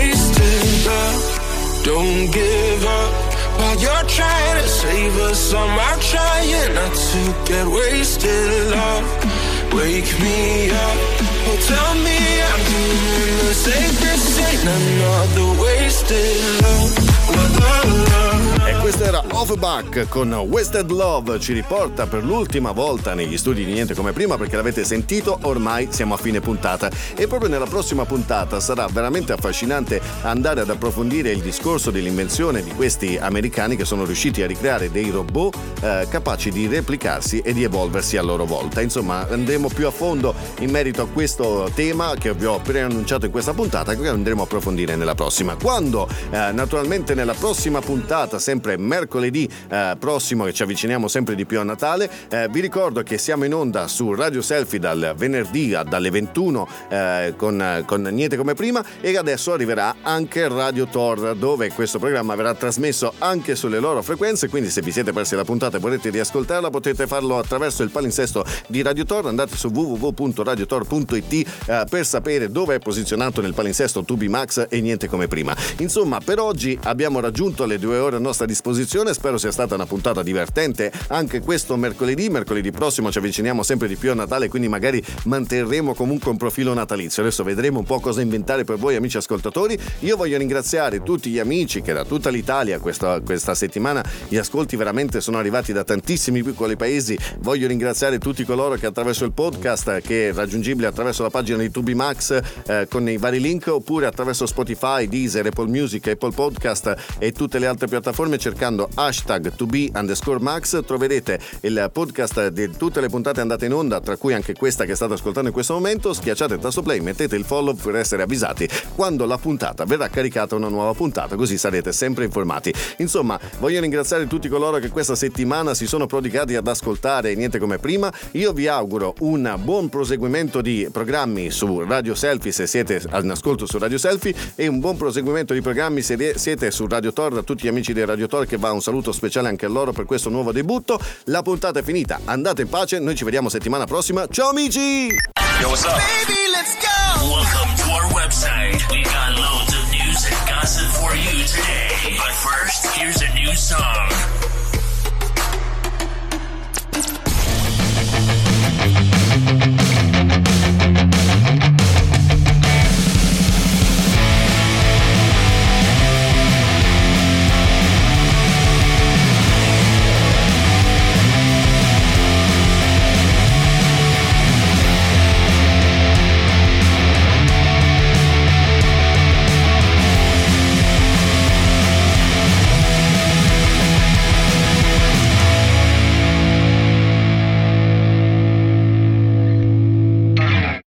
Wasted love. Don't give up while you're trying to save us. I'm out trying not to get wasted. Love, wake me up. Oh, tell me I'm doing the same. This ain't another wasted love. La, la, la. E questa era Offenbach con Wasted Love. Ci riporta per l'ultima volta negli studi di Niente Come Prima, perché l'avete sentito, ormai siamo a fine puntata e proprio nella prossima puntata sarà veramente affascinante andare ad approfondire il discorso dell'invenzione di questi americani che sono riusciti a ricreare dei robot eh, capaci di replicarsi e di evolversi a loro volta. Insomma, andremo più a fondo in merito a questo tema che vi ho preannunciato in questa puntata, che andremo a approfondire nella prossima, quando eh, naturalmente nella prossima puntata, sempre mercoledì eh, prossimo, che ci avviciniamo sempre di più a Natale, eh, vi ricordo che siamo in onda su Radio Selfie dal venerdì dalle ventuno eh, con, con Niente Come Prima, e adesso arriverà anche Radio Tor, dove questo programma verrà trasmesso anche sulle loro frequenze, quindi se vi siete persi la puntata e volete riascoltarla potete farlo attraverso il palinsesto di Radio Tor. Andate su w w w punto radio tor punto i t eh, per sapere dove è posizionato nel palinsesto Tubi Max e Niente Come Prima. Insomma, per oggi abbiamo raggiunto le due ore a nostra disposizione. Spero sia stata una puntata divertente anche questo mercoledì. Mercoledì prossimo ci avviciniamo sempre di più a Natale, quindi magari manterremo comunque un profilo natalizio. Adesso vedremo un po' cosa inventare per voi, amici ascoltatori. Io voglio ringraziare tutti gli amici che da tutta l'Italia questa, questa settimana gli ascolti veramente sono arrivati da tantissimi piccoli paesi. Voglio ringraziare tutti coloro che attraverso il podcast, che è raggiungibile attraverso la pagina di Tubi Max eh, con i vari link, oppure attraverso Spotify, Deezer, Apple Music, Apple Podcast e tutte le altre piattaforme, cercando hashtag to be underscore max troverete il podcast di tutte le puntate andate in onda, tra cui anche questa che state ascoltando in questo momento. Schiacciate il tasto play, mettete il follow per essere avvisati quando la puntata verrà caricata, una nuova puntata, così sarete sempre informati. Insomma, voglio ringraziare tutti coloro che questa settimana si sono prodigati ad ascoltare Niente Come Prima. Io vi auguro un buon proseguimento di programmi su Radio Selfie se siete in ascolto su Radio Selfie, e un buon proseguimento di programmi se siete su Radio Tor. Da tutti gli amici di Radio Tor che va un saluto saluto speciale anche a loro per questo nuovo debutto. La puntata è finita, andate in pace, noi ci vediamo settimana prossima. Ciao amici! Yo, what's up? Baby, let's go! Welcome to our website. We've got loads of news and gossip for you today. But first, here's a new song.